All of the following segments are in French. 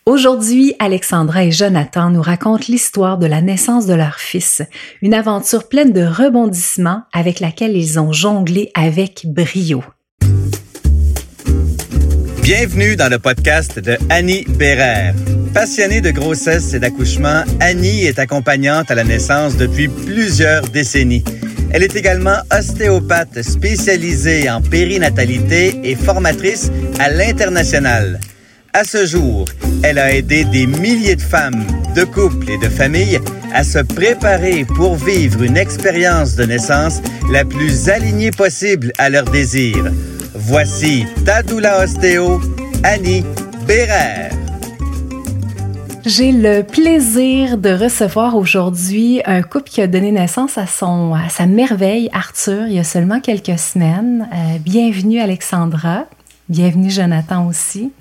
Aujourd'hui, Alexandra et Jonathan nous racontent l'histoire de la naissance de leur fils, une aventure pleine de rebondissements avec laquelle ils ont jonglé avec brio. Bienvenue dans le podcast de Annie Bérère. Passionnée de grossesse et d'accouchement, Annie est accompagnante à la naissance depuis plusieurs décennies. Elle est également ostéopathe spécialisée en périnatalité et formatrice à l'international. À ce jour, elle a aidé des milliers de femmes, de couples et de familles à se préparer pour vivre une expérience de naissance la plus alignée possible à leurs désirs. Voici ta doula ostéo, Annie Bérère. J'ai le plaisir de recevoir aujourd'hui un couple qui a donné naissance à sa merveille, Arthur, il y a seulement quelques semaines. Bienvenue Alexandra. Bienvenue Jonathan aussi.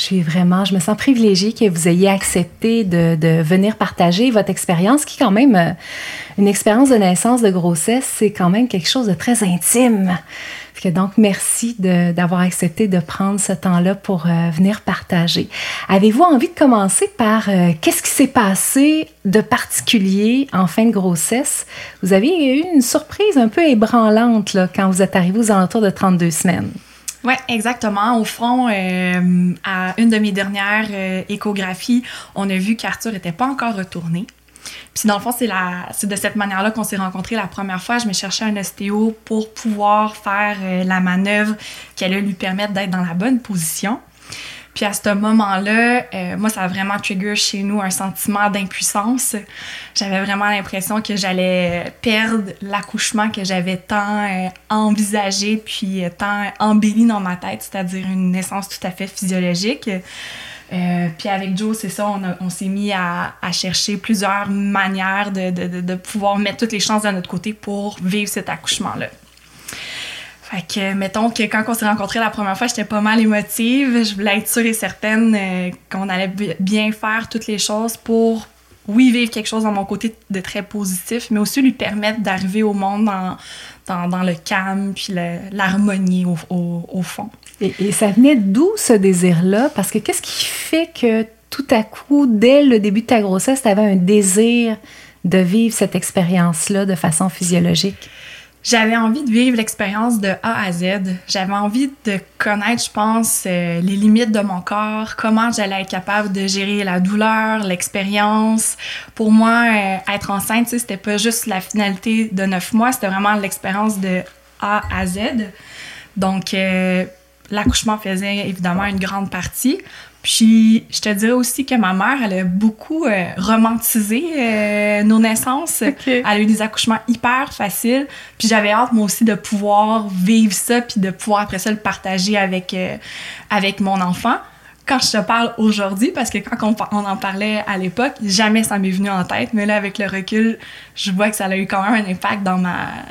Je me sens privilégiée que vous ayez accepté de venir partager votre expérience qui quand même, une expérience de naissance, de grossesse, c'est quand même quelque chose de très intime. Donc, merci d'avoir accepté de prendre ce temps-là pour venir partager. Avez-vous envie de commencer par qu'est-ce qui s'est passé de particulier en fin de grossesse? Vous avez eu une surprise un peu ébranlante là, quand vous êtes arrivé aux alentours de 32 semaines. Oui, exactement. Au fond, à une de mes dernières échographies, on a vu qu'Arthur n'était pas encore retourné. Puis dans le fond, c'est de cette manière-là qu'on s'est rencontrés la première fois. Je me cherchais un ostéo pour pouvoir faire la manœuvre qui allait lui permettre d'être dans la bonne position. Puis à ce moment-là, moi, ça a vraiment trigger chez nous un sentiment d'impuissance. J'avais vraiment l'impression que j'allais perdre l'accouchement que j'avais tant envisagé puis tant embelli dans ma tête, c'est-à-dire une naissance tout à fait physiologique. Puis avec Joe, c'est ça, on s'est mis à chercher plusieurs manières de pouvoir mettre toutes les chances de notre côté pour vivre cet accouchement-là. Fait que, mettons que quand on s'est rencontrés la première fois, j'étais pas mal émotive. Je voulais être sûre et certaine qu'on allait bien faire toutes les choses pour, oui, vivre quelque chose dans mon côté de très positif, mais aussi lui permettre d'arriver au monde dans le calme puis l'harmonie au fond. Et ça venait d'où ce désir-là? Parce que qu'est-ce qui fait que tout à coup, dès le début de ta grossesse, tu avais un désir de vivre cette expérience-là de façon physiologique? J'avais envie de vivre l'expérience de A à Z. J'avais envie de connaître, je pense, les limites de mon corps, comment j'allais être capable de gérer la douleur, l'expérience. Pour moi, être enceinte, c'était pas juste la finalité de 9 mois, c'était vraiment l'expérience de A à Z. Donc, l'accouchement faisait évidemment une grande partie. Puis, je te dirais aussi que ma mère, elle a beaucoup romantisé nos naissances. Okay. Elle a eu des accouchements hyper faciles. Puis, j'avais hâte, moi aussi, de pouvoir vivre ça puis de pouvoir, après ça, le partager avec mon enfant. Quand je te parle aujourd'hui, parce que quand on en parlait à l'époque, jamais ça m'est venu en tête. Mais là, avec le recul, je vois que ça a eu quand même un impact dans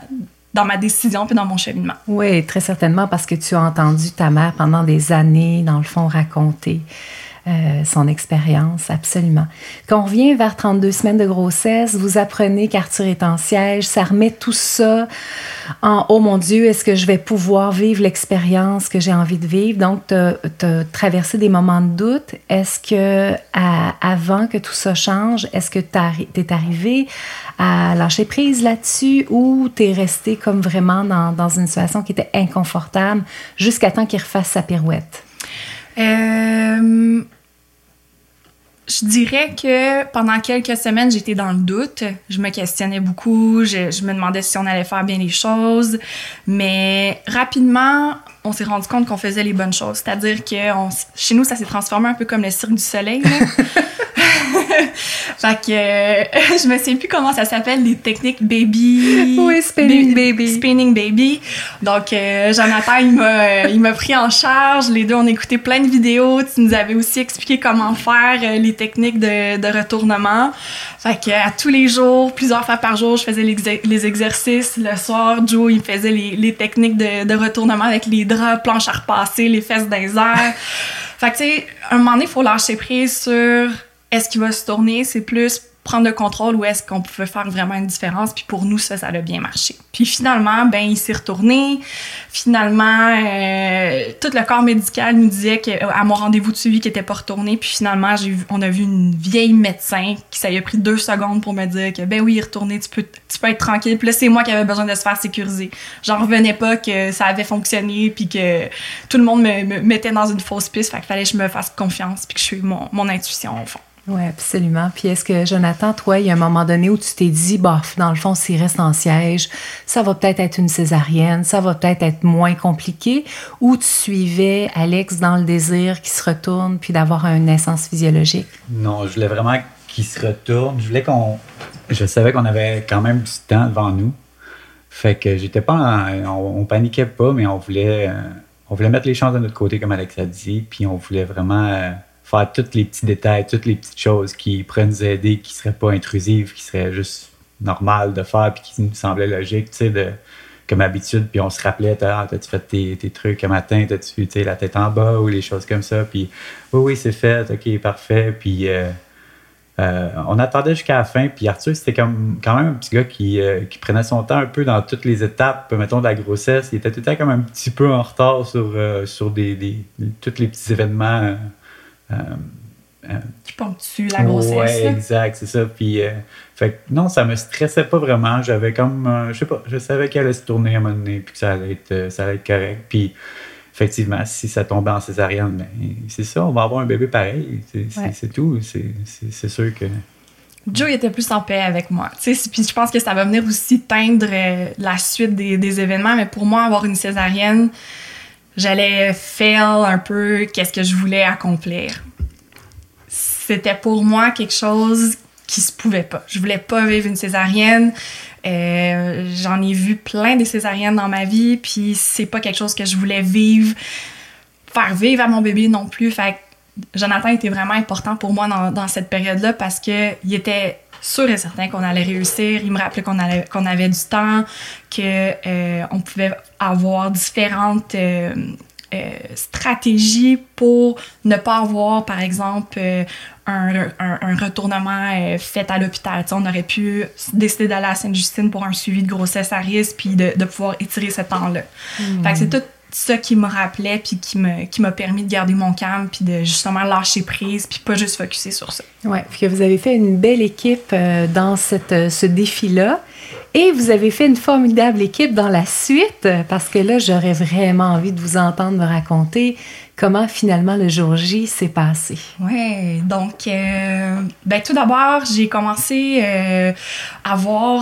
ma décision puis dans mon cheminement. Oui, très certainement, parce que tu as entendu ta mère pendant des années, dans le fond, raconter son expérience, absolument. Quand on revient vers 32 semaines de grossesse, vous apprenez qu'Arthur est en siège, ça remet tout ça en « Oh mon Dieu, est-ce que je vais pouvoir vivre l'expérience que j'ai envie de vivre? » Donc, tu as traversé des moments de doute. Est-ce que, avant que tout ça change, est-ce que tu es arrivé à lâcher prise là-dessus ou tu es resté comme vraiment dans une situation qui était inconfortable jusqu'à temps qu'il refasse sa pirouette? Je dirais que pendant quelques semaines, j'étais dans le doute. Je me questionnais beaucoup. Je me demandais si on allait faire bien les choses. Mais rapidement, on s'est rendu compte qu'on faisait les bonnes choses. C'est-à-dire que chez nous, ça s'est transformé un peu comme le Cirque du Soleil. Fait que je me souviens plus comment ça s'appelle, les techniques baby. Oui, spinning baby. Spinning baby. Donc Jonathan, il m'a pris en charge. Les deux, on a écouté plein de vidéos. Tu nous avais aussi expliqué comment faire les techniques de retournement. Fait que à tous les jours, plusieurs fois par jour, je faisais les exercices. Le soir, Joe, il faisait les techniques de retournement avec les draps, planches à repasser, les fesses dans les airs. Fait que tu sais, un moment donné, il faut lâcher prise sur est-ce qu'il va se tourner. C'est plus prendre le contrôle où est-ce qu'on pouvait faire vraiment une différence. Puis pour nous, ça a bien marché. Puis finalement, ben il s'est retourné. Finalement, tout le corps médical nous disait qu'à mon rendez-vous de suivi qu'il n'était pas retourné. Puis finalement, on a vu une vieille médecin qui ça lui a pris 2 secondes pour me dire que ben oui, il est retourné, tu peux être tranquille. Puis là, c'est moi qui avais besoin de se faire sécuriser. J'en revenais pas que ça avait fonctionné puis que tout le monde me mettait dans une fausse piste. Fait qu'il fallait que je me fasse confiance puis que je suis mon intuition au fond. Oui, absolument. Puis est-ce que, Jonathan, toi, il y a un moment donné où tu t'es dit, bah, dans le fond, s'il reste en siège, ça va peut-être être une césarienne, ça va peut-être être moins compliqué, ou tu suivais Alex dans le désir qu'il se retourne puis d'avoir une naissance physiologique? Non, je voulais vraiment qu'il se retourne. Je savais qu'on avait quand même du temps devant nous. Fait que j'étais pas on paniquait pas, mais on voulait mettre les chances de notre côté, comme Alex a dit, puis on voulait vraiment faire tous les petits détails, toutes les petites choses qui pourraient nous aider, qui seraient pas intrusives, qui seraient juste normales de faire, puis qui nous semblaient logiques, tu sais, comme habitude. Puis on se rappelait, t'as-tu fait tes trucs un matin, t'as-tu, tu sais, la tête en bas ou les choses comme ça. Puis oui, c'est fait, OK, parfait. Puis on attendait jusqu'à la fin. Puis Arthur, c'était comme quand même un petit gars qui prenait son temps un peu dans toutes les étapes, mettons, de la grossesse. Il était tout le temps comme un petit peu en retard sur tous les petits événements qui ponctuent la grossesse. Ouais, exact, c'est ça. Puis, fait que non, ça me stressait pas vraiment. J'avais comme, je sais pas, je savais qu'elle allait se tourner à un moment donné, puis que ça allait être correct. Puis, effectivement, si ça tombait en césarienne, ben, c'est ça, on va avoir un bébé pareil. C'est tout. C'est sûr que. Joe était plus en paix avec moi. Puis je pense que ça va venir aussi teindre la suite des événements. Mais pour moi, avoir une césarienne, j'allais faire un peu qu'est-ce que je voulais accomplir. C'était pour moi quelque chose qui se pouvait pas. Je voulais pas vivre une césarienne. J'en ai vu plein des césariennes dans ma vie, puis c'est pas quelque chose que je voulais faire vivre à mon bébé non plus. Fait que Jonathan était vraiment important pour moi dans cette période-là parce que il était sûr et certain qu'on allait réussir. Il me rappelait qu'on avait du temps, on pouvait avoir différentes stratégies pour ne pas avoir, par exemple, un retournement fait à l'hôpital. T'sais, on aurait pu décider d'aller à Sainte-Justine pour un suivi de grossesse à risque puis de pouvoir étirer ce temps-là. Fait que c'est tout ça qui me rappelait puis qui m'a permis de garder mon calme puis de justement lâcher prise puis pas juste focusser sur ça. Oui, puis que vous avez fait une belle équipe dans ce défi-là et vous avez fait une formidable équipe dans la suite parce que là, j'aurais vraiment envie de vous entendre me raconter comment finalement le jour J s'est passé. Oui, donc tout d'abord, j'ai commencé à voir...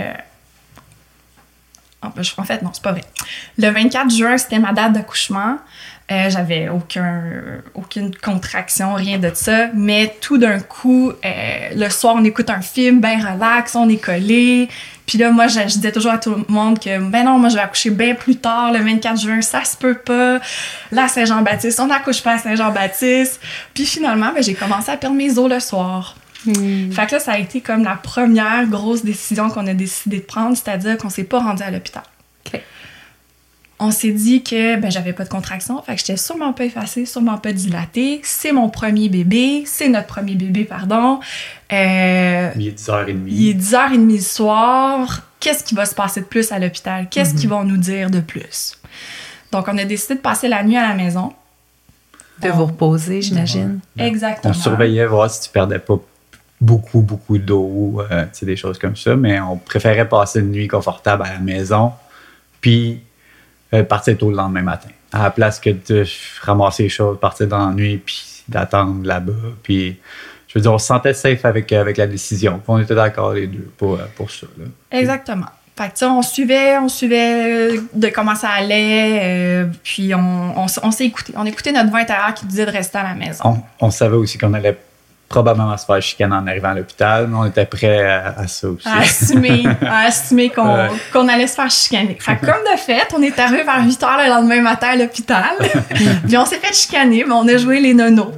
En fait, non, c'est pas vrai. Le 24 juin, c'était ma date d'accouchement. J'avais aucune contraction, rien de ça. Mais tout d'un coup, le soir, on écoute un film, bien relax, on est collés. Puis là, moi, je disais toujours à tout le monde que, ben non, moi, je vais accoucher bien plus tard, le 24 juin, ça se peut pas. Là, à Saint-Jean-Baptiste, on n'accouche pas à Saint-Jean-Baptiste. Puis finalement, j'ai commencé à perdre mes os le soir. Fait que là, ça a été comme la première grosse décision qu'on a décidé de prendre, c'est-à-dire qu'on s'est pas rendu à l'hôpital. Okay. On s'est dit que j'avais pas de contraction, fait que j'étais sûrement pas effacée, sûrement pas dilatée. C'est mon premier bébé, c'est notre premier bébé, pardon. Il est 10h30. Il est 10h30 le soir. Qu'est-ce qui va se passer de plus à l'hôpital? Qu'est-ce qu'ils vont nous dire de plus? Donc, on a décidé de passer la nuit à la maison. De vous reposer, j'imagine. Ouais. Exactement. On surveillait voir si tu perdais pas beaucoup d'eau, des choses comme ça, mais on préférait passer une nuit confortable à la maison, puis partir tôt le lendemain matin. À la place que de ramasser les choses, partir dans la nuit, puis d'attendre là-bas. Puis, je veux dire, on se sentait safe avec la décision. Puis on était d'accord les deux pour ça. Là. Exactement. Fait que, on suivait de comment ça allait, puis on s'est écouté. On écoutait notre voix intérieure qui disait de rester à la maison. On savait aussi qu'on allait probablement se faire chicaner en arrivant à l'hôpital, mais on était prêts à ça aussi. À assumer qu'on allait se faire chicaner. Fait que comme de fait, on est arrivé vers 8h le lendemain matin à l'hôpital, puis on s'est fait chicaner, mais on a joué les nonos.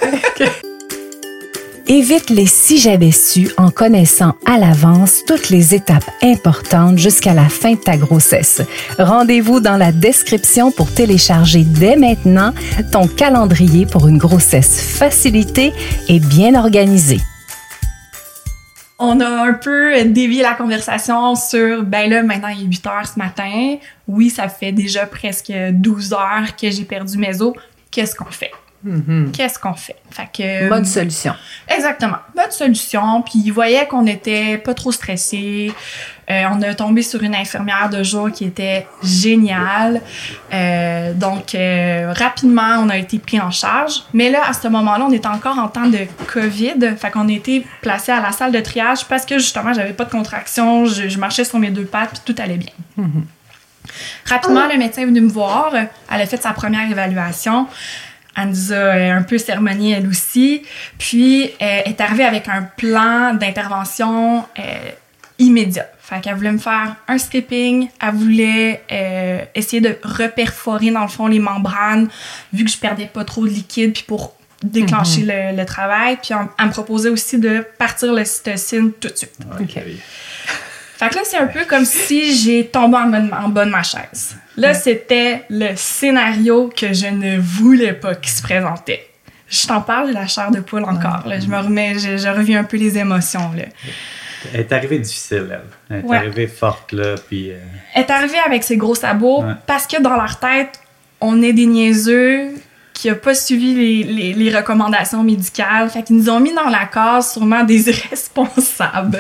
Évite les si j'avais su en connaissant à l'avance toutes les étapes importantes jusqu'à la fin de ta grossesse. Rendez-vous dans la description pour télécharger dès maintenant ton calendrier pour une grossesse facilitée et bien organisée. On a un peu dévié la conversation sur, ben là, maintenant, il est 8 heures ce matin. Oui, ça fait déjà presque 12 heures que j'ai perdu mes os. Qu'est-ce qu'on fait? Qu'est-ce qu'on fait? Fait que, Mode solution. Exactement. Mode solution. Puis il voyait qu'on était pas trop stressés. On a tombé sur une infirmière de jour qui était géniale. Donc, rapidement, on a été pris en charge. Mais là, à ce moment-là, on était encore en temps de COVID. Fait qu'on a été placés à la salle de triage parce que, justement, j'avais pas de contraction. Je marchais sur mes 2 pattes puis tout allait bien. Rapidement, le médecin est venu me voir. Elle a fait sa première évaluation. Elle nous a un peu sermonné, elle aussi. Puis, elle est arrivée avec un plan d'intervention immédiat. Fait qu'elle voulait me faire un stripping. Elle voulait essayer de reperforer, dans le fond, les membranes, vu que je perdais pas trop de liquide, puis pour déclencher le travail. Puis, elle me proposait aussi de partir l'ocytocine tout de suite. Okay. Fait que là, c'est un peu comme si j'ai tombé en bas de ma chaise. Là, c'était le scénario que je ne voulais pas qui se présentait. Je t'en parle, j'ai la chair de poule encore. Là. Je reviens un peu les émotions. Là. Elle est arrivée difficile, elle. Elle est arrivée forte, là, puis... Elle est arrivée avec ses gros sabots parce que dans leur tête, on est des niaiseux qui n'ont pas suivi les recommandations médicales. Fait qu'ils nous ont mis dans la case sûrement des irresponsables.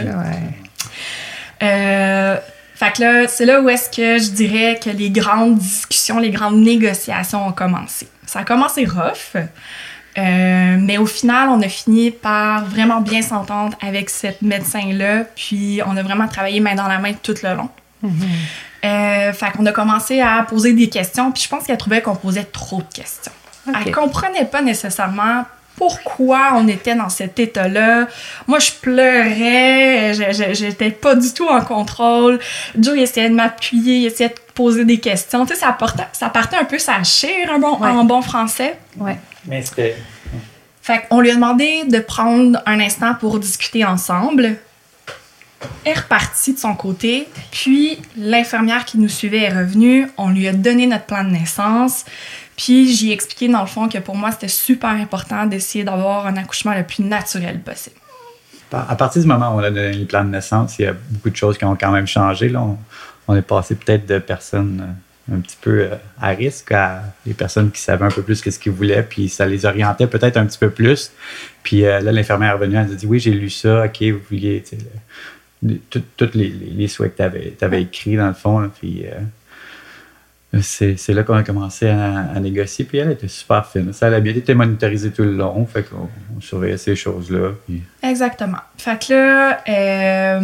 Fait que là, c'est là où est-ce que je dirais que les grandes discussions, les grandes négociations ont commencé. Ça a commencé rough, mais au final, on a fini par vraiment bien s'entendre avec cette médecin-là, puis on a vraiment travaillé main dans la main tout le long. Fait qu'on a commencé à poser des questions, puis je pense qu'elle trouvait qu'on posait trop de questions. Elle comprenait pas nécessairement pourquoi on était dans cet état-là. Moi, je pleurais, j'étais pas du tout en contrôle. Joe, il essayait de m'appuyer, il essayait de poser des questions. Tu sais, ça partait un peu sa chire en bon français. Ouais. Mais c'était... Fait qu'on lui a demandé de prendre un instant pour discuter ensemble. Elle est repartie de son côté, puis l'infirmière qui nous suivait est revenue. On lui a donné notre plan de naissance. Puis j'y ai expliqué, dans le fond, que pour moi, c'était super important d'essayer d'avoir un accouchement le plus naturel possible. À partir du moment où on a donné le plan de naissance, il y a beaucoup de choses qui ont quand même changé. Là. On est passé peut-être de personnes un petit peu à risque à des personnes qui savaient un peu plus ce qu'ils voulaient, puis ça les orientait peut-être un petit peu plus. Puis là, l'infirmière est revenue, elle nous a dit « Oui, j'ai lu ça, OK, vous vouliez... » tous les souhaits que tu avais écrits, dans le fond, là, puis... C'est là qu'on a commencé à négocier, puis elle était super fine. Ça, elle a bien été monitorisée tout le long, fait qu'on surveillait ces choses-là. Puis... Exactement. Fait que là,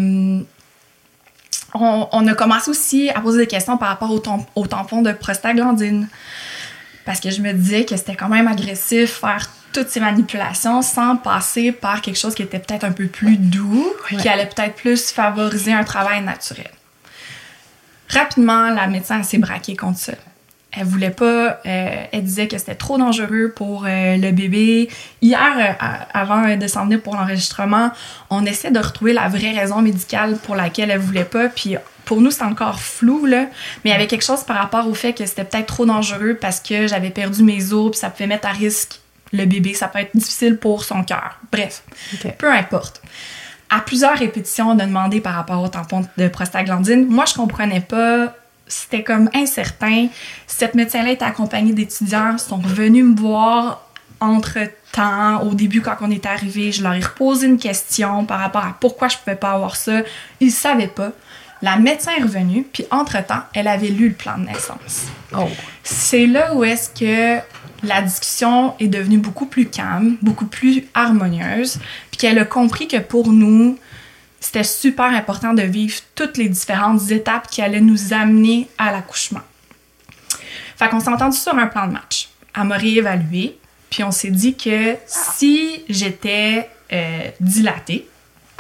on a commencé aussi à poser des questions par rapport au tampon de prostaglandine. Parce que je me disais que c'était quand même agressif faire toutes ces manipulations sans passer par quelque chose qui était peut-être un peu plus doux, qui allait peut-être plus favoriser un travail naturel. Rapidement, la médecin s'est braquée contre ça. Elle voulait pas... elle disait que c'était trop dangereux pour le bébé. Hier, avant de s'en venir pour l'enregistrement, on essaie de retrouver la vraie raison médicale pour laquelle elle voulait pas. Puis pour nous, c'est encore flou, là. Mais il y avait quelque chose par rapport au fait que c'était peut-être trop dangereux parce que j'avais perdu mes os puis ça pouvait mettre à risque le bébé. Ça peut être difficile pour son cœur. Bref, peu importe. À plusieurs répétitions, on a demandé par rapport au tampon de prostaglandine. Moi, je comprenais pas. C'était comme incertain. Cette médecin-là était accompagnée d'étudiants. Ils sont revenus me voir entre-temps. Au début, quand on est arrivé, je leur ai reposé une question par rapport à pourquoi je pouvais pas avoir ça. Ils savaient pas. La médecin est revenue, puis entre-temps, elle avait lu le plan de naissance. Oh. C'est là où est-ce que la discussion est devenue beaucoup plus calme, beaucoup plus harmonieuse, puis qu'elle a compris que pour nous, c'était super important de vivre toutes les différentes étapes qui allaient nous amener à l'accouchement. Fait qu'on s'est entendu sur un plan de match. Elle m'a réévalué, puis on s'est dit que si j'étais dilatée,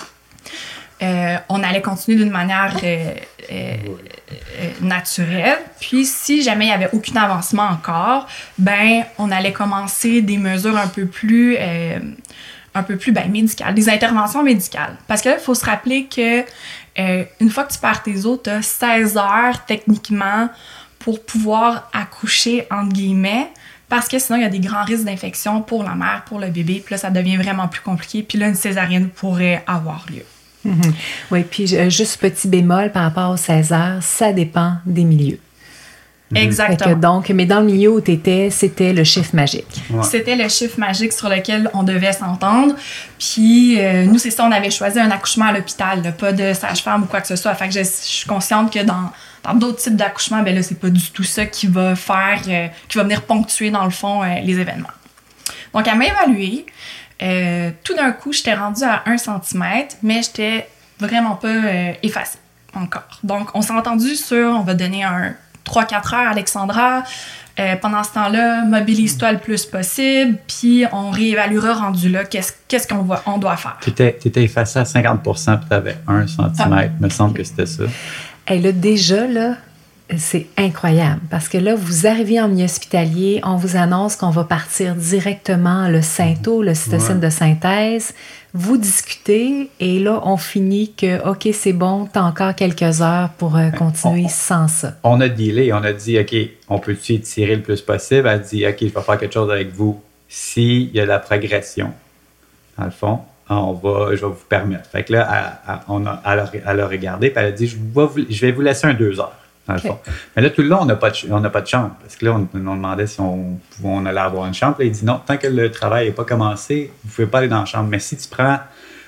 on allait continuer d'une manière naturelle. Puis, si jamais il n'y avait aucun avancement encore, ben, on allait commencer des mesures un peu plus médicales, des interventions médicales. Parce que là, il faut se rappeler que une fois que tu perds tes os, tu as 16 heures techniquement pour pouvoir accoucher, entre guillemets, parce que sinon, il y a des grands risques d'infection pour la mère, pour le bébé. Puis là, ça devient vraiment plus compliqué. Puis là, une césarienne pourrait avoir lieu. Mm-hmm. Oui, puis juste petit bémol par rapport aux 16 heures, ça dépend des milieux. Exactement. Donc, mais dans le milieu où tu étais, c'était le chiffre magique. Ouais. C'était le chiffre magique sur lequel on devait s'entendre. Puis, nous, c'est ça, on avait choisi un accouchement à l'hôpital, là, pas de sage-femme ou quoi que ce soit. Fait que je suis consciente que dans d'autres types d'accouchements, ben là, c'est pas du tout ça qui va faire, qui va venir ponctuer, dans le fond, les événements. Donc, elle m'a évaluée. Tout d'un coup, j'étais rendue à 1 cm, mais j'étais vraiment pas effacée encore. Donc, on s'est entendu sur, on va donner un 3-4 heures, Alexandra. Pendant ce temps-là, mobilise-toi le plus possible, puis on réévaluera rendu là qu'est-ce qu'on doit faire. Tu étais effacé à 50 % puis tu avais 1 cm. Il me semble que c'était ça. Et là, déjà, là, c'est incroyable parce que là, vous arrivez en milieu hospitalier, on vous annonce qu'on va partir directement le Synto, le cytocine de synthèse. Vous discutez et là, on finit que, OK, c'est bon, t'as encore quelques heures pour continuer sans ça. On a dealé, on a dit, OK, on peut-tu étirer le plus possible? Elle dit, OK, je vais faire quelque chose avec vous s'il y a de la progression. Dans le fond, je vais vous permettre. Fait que là, elle a regardé et elle a dit, je vais vous laisser 2 heures. Dans le fond. Mais là, tout le long, on n'a pas de chambre. Parce que là, on demandait si on allait avoir une chambre. Là, il dit non, tant que le travail n'est pas commencé, vous ne pouvez pas aller dans la chambre. Mais si tu prends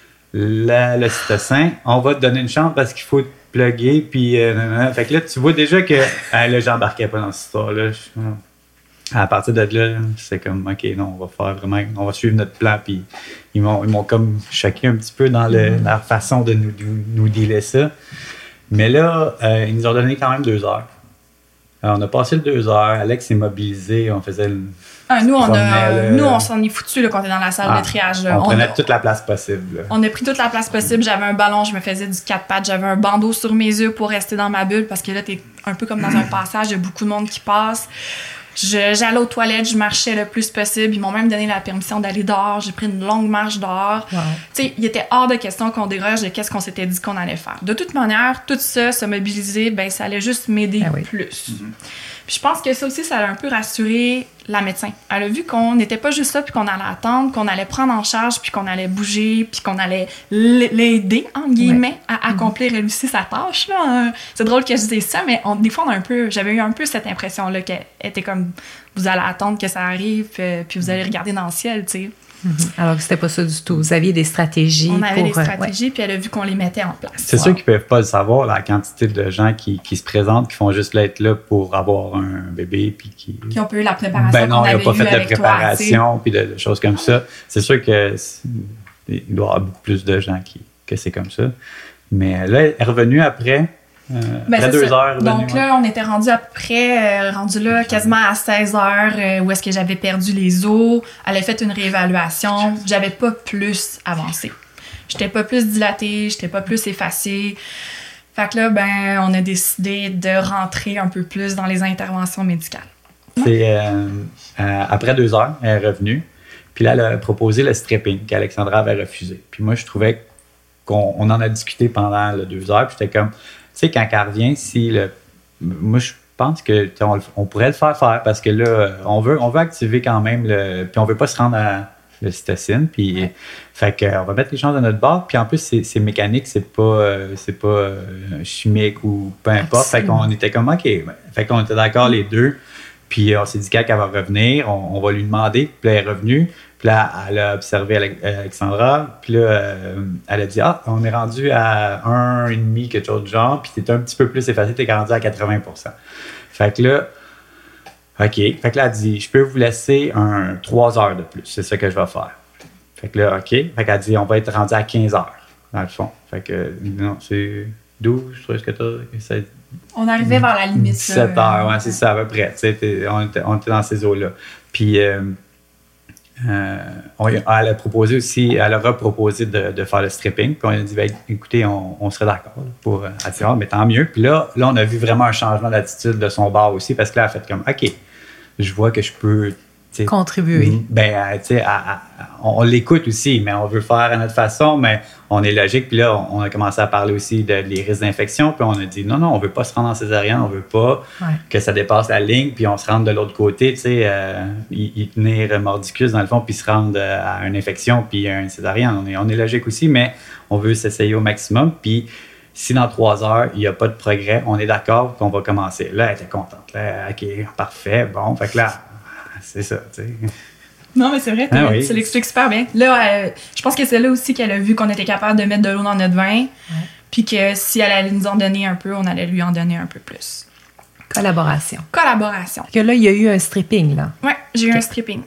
le cytocin, on va te donner une chambre parce qu'il faut te plugger. Puis, fait que là, tu vois déjà que là, j'embarquais pas dans cette histoire-là. À partir de là, c'est comme, OK, non, on va suivre notre plan. Puis, ils m'ont comme choqué un petit peu dans leur façon de nous dealer ça. Mais là, ils nous ont donné quand même 2 heures. Alors, on a passé le 2 heures. Alex s'est mobilisé. On faisait le. Nous, on s'en est foutu là, quand on était dans la salle de triage. Là. On prenait toute la place possible. Là. On a pris toute la place possible. J'avais un ballon, je me faisais du 4 pattes. J'avais un bandeau sur mes yeux pour rester dans ma bulle parce que là, t'es un peu comme dans un passage. Il y a beaucoup de monde qui passe. J'allais aux toilettes, je marchais le plus possible. Ils m'ont même donné la permission d'aller dehors. J'ai pris une longue marche dehors. Wow. Tu sais, il était hors de question qu'on déroge de qu'est-ce qu'on s'était dit qu'on allait faire. De toute manière, tout ça, se mobiliser, ben ça allait juste m'aider plus. Mm-hmm. Puis je pense que ça aussi, ça a un peu rassuré la médecin. Elle a vu qu'on n'était pas juste là puis qu'on allait attendre, qu'on allait prendre en charge puis qu'on allait bouger puis qu'on allait l'aider, entre guillemets, à accomplir elle aussi sa tâche. Là. C'est drôle que je dise ça, mais des fois, j'avais eu un peu cette impression-là qu'elle était comme, vous allez attendre que ça arrive puis vous allez regarder dans le ciel, tu sais. Mm-hmm. Alors que c'était pas ça du tout. Vous aviez des stratégies. On avait des stratégies, puis elle a vu qu'on les mettait en place. C'est sûr qu'ils peuvent pas le savoir, la quantité de gens qui se présentent, qui font juste être là pour avoir un bébé, puis qui ont pas eu la préparation. Ben non, ils n'ont pas fait de préparation, puis de choses comme ça. C'est sûr que il doit y avoir beaucoup plus de gens que c'est comme ça. Mais là, elle est revenue après. Après 2 heures. Donc là, on était rendu là quasiment à 16 heures, où est-ce que j'avais perdu les os. Elle a fait une réévaluation. J'avais pas plus avancé. J'étais pas plus dilatée, j'étais pas plus effacée. Fait que là, ben, on a décidé de rentrer un peu plus dans les interventions médicales. C'est après 2 heures, elle est revenue. Puis là, elle a proposé le stripping qu'Alexandra avait refusé. Puis moi, je trouvais qu'on en a discuté pendant les 2 heures. Puis j'étais comme... Tu sais, quand elle revient, moi, je pense qu'on pourrait le faire parce que là, on veut activer quand même puis on veut pas se rendre à le cytocine. Puis, fait qu'on va mettre les chances de notre bord. Puis en plus, c'est mécanique, c'est pas chimique ou peu importe. Absolument. Fait qu'on était comme, OK. Fait qu'on était d'accord les deux. Puis on s'est dit qu'elle va revenir, on va lui demander. Puis là, elle est revenue. Puis là, elle a observé Alexandra. Puis là, elle a dit, on est rendu à 1,5, quelque chose du genre. Puis t'es un petit peu plus effacé, t'es rendu à 80 %. Fait que là, OK. Fait que là, elle dit, je peux vous laisser 3 heures de plus. C'est ça que je vais faire. Fait que là, OK. Fait qu'elle dit, on va être rendu à 15 heures, dans le fond. Fait que, non, c'est 12, 13, 14, 16. On arrivait vers la limite. 17 heures, ouais, c'est ça, à peu près. On était dans ces eaux-là. Puis, elle a proposé aussi, elle aura proposé de faire le stripping. Puis on a dit, ben, écoutez, on serait d'accord pour attirer, mais tant mieux. Puis là, on a vu vraiment un changement d'attitude de son bord aussi, parce que là, elle a fait comme, OK, je vois que je peux contribuer. Ben, tu sais, on l'écoute aussi, mais on veut faire à notre façon, mais on est logique. Puis là, on a commencé à parler aussi des risques d'infection. Puis on a dit, non, on veut pas se rendre en césarienne, on veut pas que ça dépasse la ligne, puis on se rende de l'autre côté, tu sais, y tenir mordicus dans le fond, puis se rendre à une infection, puis à une césarienne. On est logique aussi, mais on veut s'essayer au maximum. Puis si dans 3 heures, il n'y a pas de progrès, on est d'accord qu'on va commencer. Là, elle était contente. Là, OK, parfait, bon. Fait que là, c'est ça, tu sais. Non, mais c'est vrai, tu l'expliques super bien. Là, je pense que c'est là aussi qu'elle a vu qu'on était capable de mettre de l'eau dans notre vin, puis que si elle allait nous en donner un peu, on allait lui en donner un peu plus. Collaboration. Que là, il y a eu un stripping, là. Oui, j'ai eu un stripping.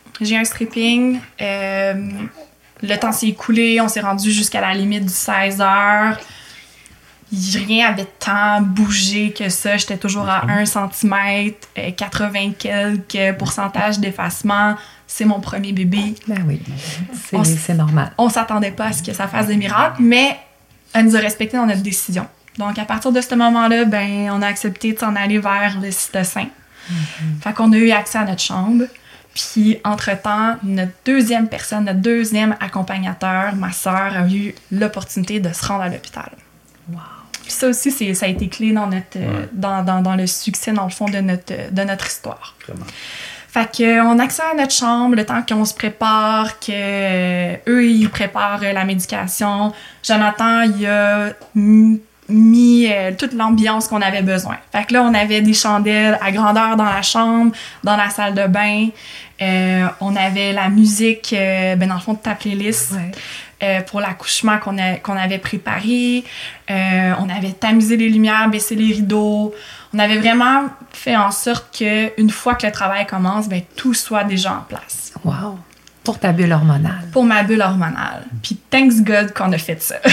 Le temps s'est écoulé, on s'est rendu jusqu'à la limite du 16 heures. Rien avait tant bougé que ça. J'étais toujours à 1 cm, 80 quelques pourcentage d'effacement. C'est mon premier bébé. Ben oui, c'est normal. On s'attendait pas à ce que ça fasse des miracles, mais elle nous a respecté dans notre décision. Donc, à partir de ce moment-là, ben, on a accepté de s'en aller vers le cytocin. Fait qu'on a eu accès à notre chambre. Puis, entre-temps, notre deuxième accompagnateur, ma sœur, a eu l'opportunité de se rendre à l'hôpital. Wow. Puis ça aussi, ça a été clé dans notre dans le succès, dans le fond, de notre histoire. Vraiment. Fait qu'on a accès à notre chambre, le temps qu'on se prépare, eux ils préparent la médication. Jonathan, il a mis toute l'ambiance qu'on avait besoin. Fait que là, on avait des chandelles à grandeur dans la chambre, dans la salle de bain. On avait la musique, dans le fond, de ta playlist. Pour l'accouchement qu'on avait préparé. On avait tamisé les lumières, baissé les rideaux. On avait vraiment fait en sorte qu'une fois que le travail commence, ben, tout soit déjà en place. Wow! Pour ta bulle hormonale. Pour ma bulle hormonale. Puis thanks God qu'on a fait ça.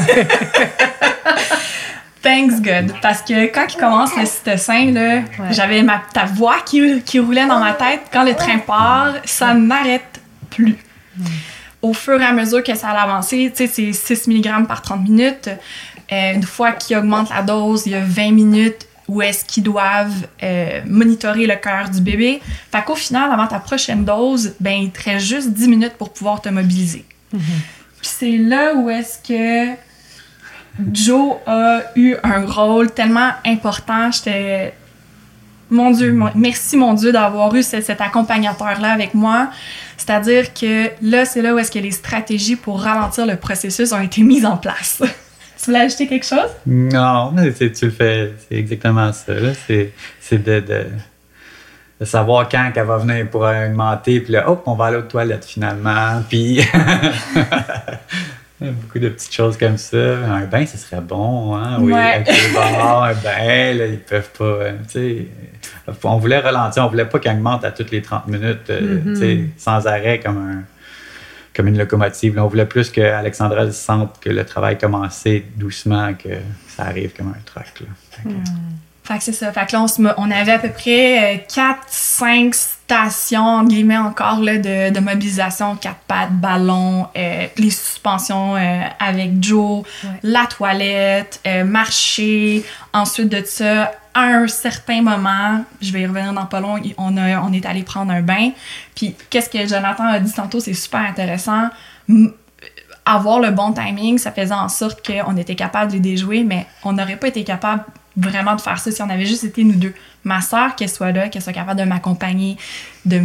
Thanks God. Parce que quand il commence le cytocin, là, j'avais ta voix qui roulait dans ma tête. Quand le train part, ça n'arrête plus. Au fur et à mesure que ça allait avancer, tu sais, c'est 6 mg par 30 minutes. Une fois qu'ils augmentent la dose, il y a 20 minutes où est-ce qu'ils doivent monitorer le cœur du bébé. Fait qu'au final, avant ta prochaine dose, ben, il te reste juste 10 minutes pour pouvoir te mobiliser. Puis c'est là où est-ce que Joe a eu un rôle tellement important. J'étais... Mon Dieu, merci mon Dieu d'avoir eu cet accompagnateur-là avec moi. C'est-à-dire que là, c'est là où est-ce que les stratégies pour ralentir le processus ont été mises en place. Tu voulais ajouter quelque chose? Non, mais tu le fais, c'est exactement ça. Là. C'est de savoir quand qu'elle va venir pour alimenter, puis là, hop, on va aller aux toilettes finalement, puis... Beaucoup de petites choses comme ça. Un bain, ce serait bon, hein? Oui, bon, un bain, là, ils peuvent pas... tu sais, on voulait ralentir, on voulait pas qu'elle augmente à toutes les 30 minutes, tu sais, sans arrêt, comme une locomotive. Là, on voulait plus qu'Alexandra sente que le travail commençait doucement, que ça arrive comme un truck. Là. Fait que c'est ça. Fait que là, on avait à peu près 4-5 stations, entre guillemets, encore là, de mobilisation, 4 pattes, ballon, les suspensions avec Joe, la toilette, marcher. Ensuite de ça, à un certain moment, je vais y revenir dans pas long, on est allé prendre un bain. Puis qu'est-ce que Jonathan a dit tantôt, c'est super intéressant. Avoir le bon timing, ça faisait en sorte qu'on était capable de les déjouer, mais on n'aurait pas été capable vraiment de faire ça si on avait juste été nous deux. Ma sœur, qu'elle soit là, qu'elle soit capable de m'accompagner, de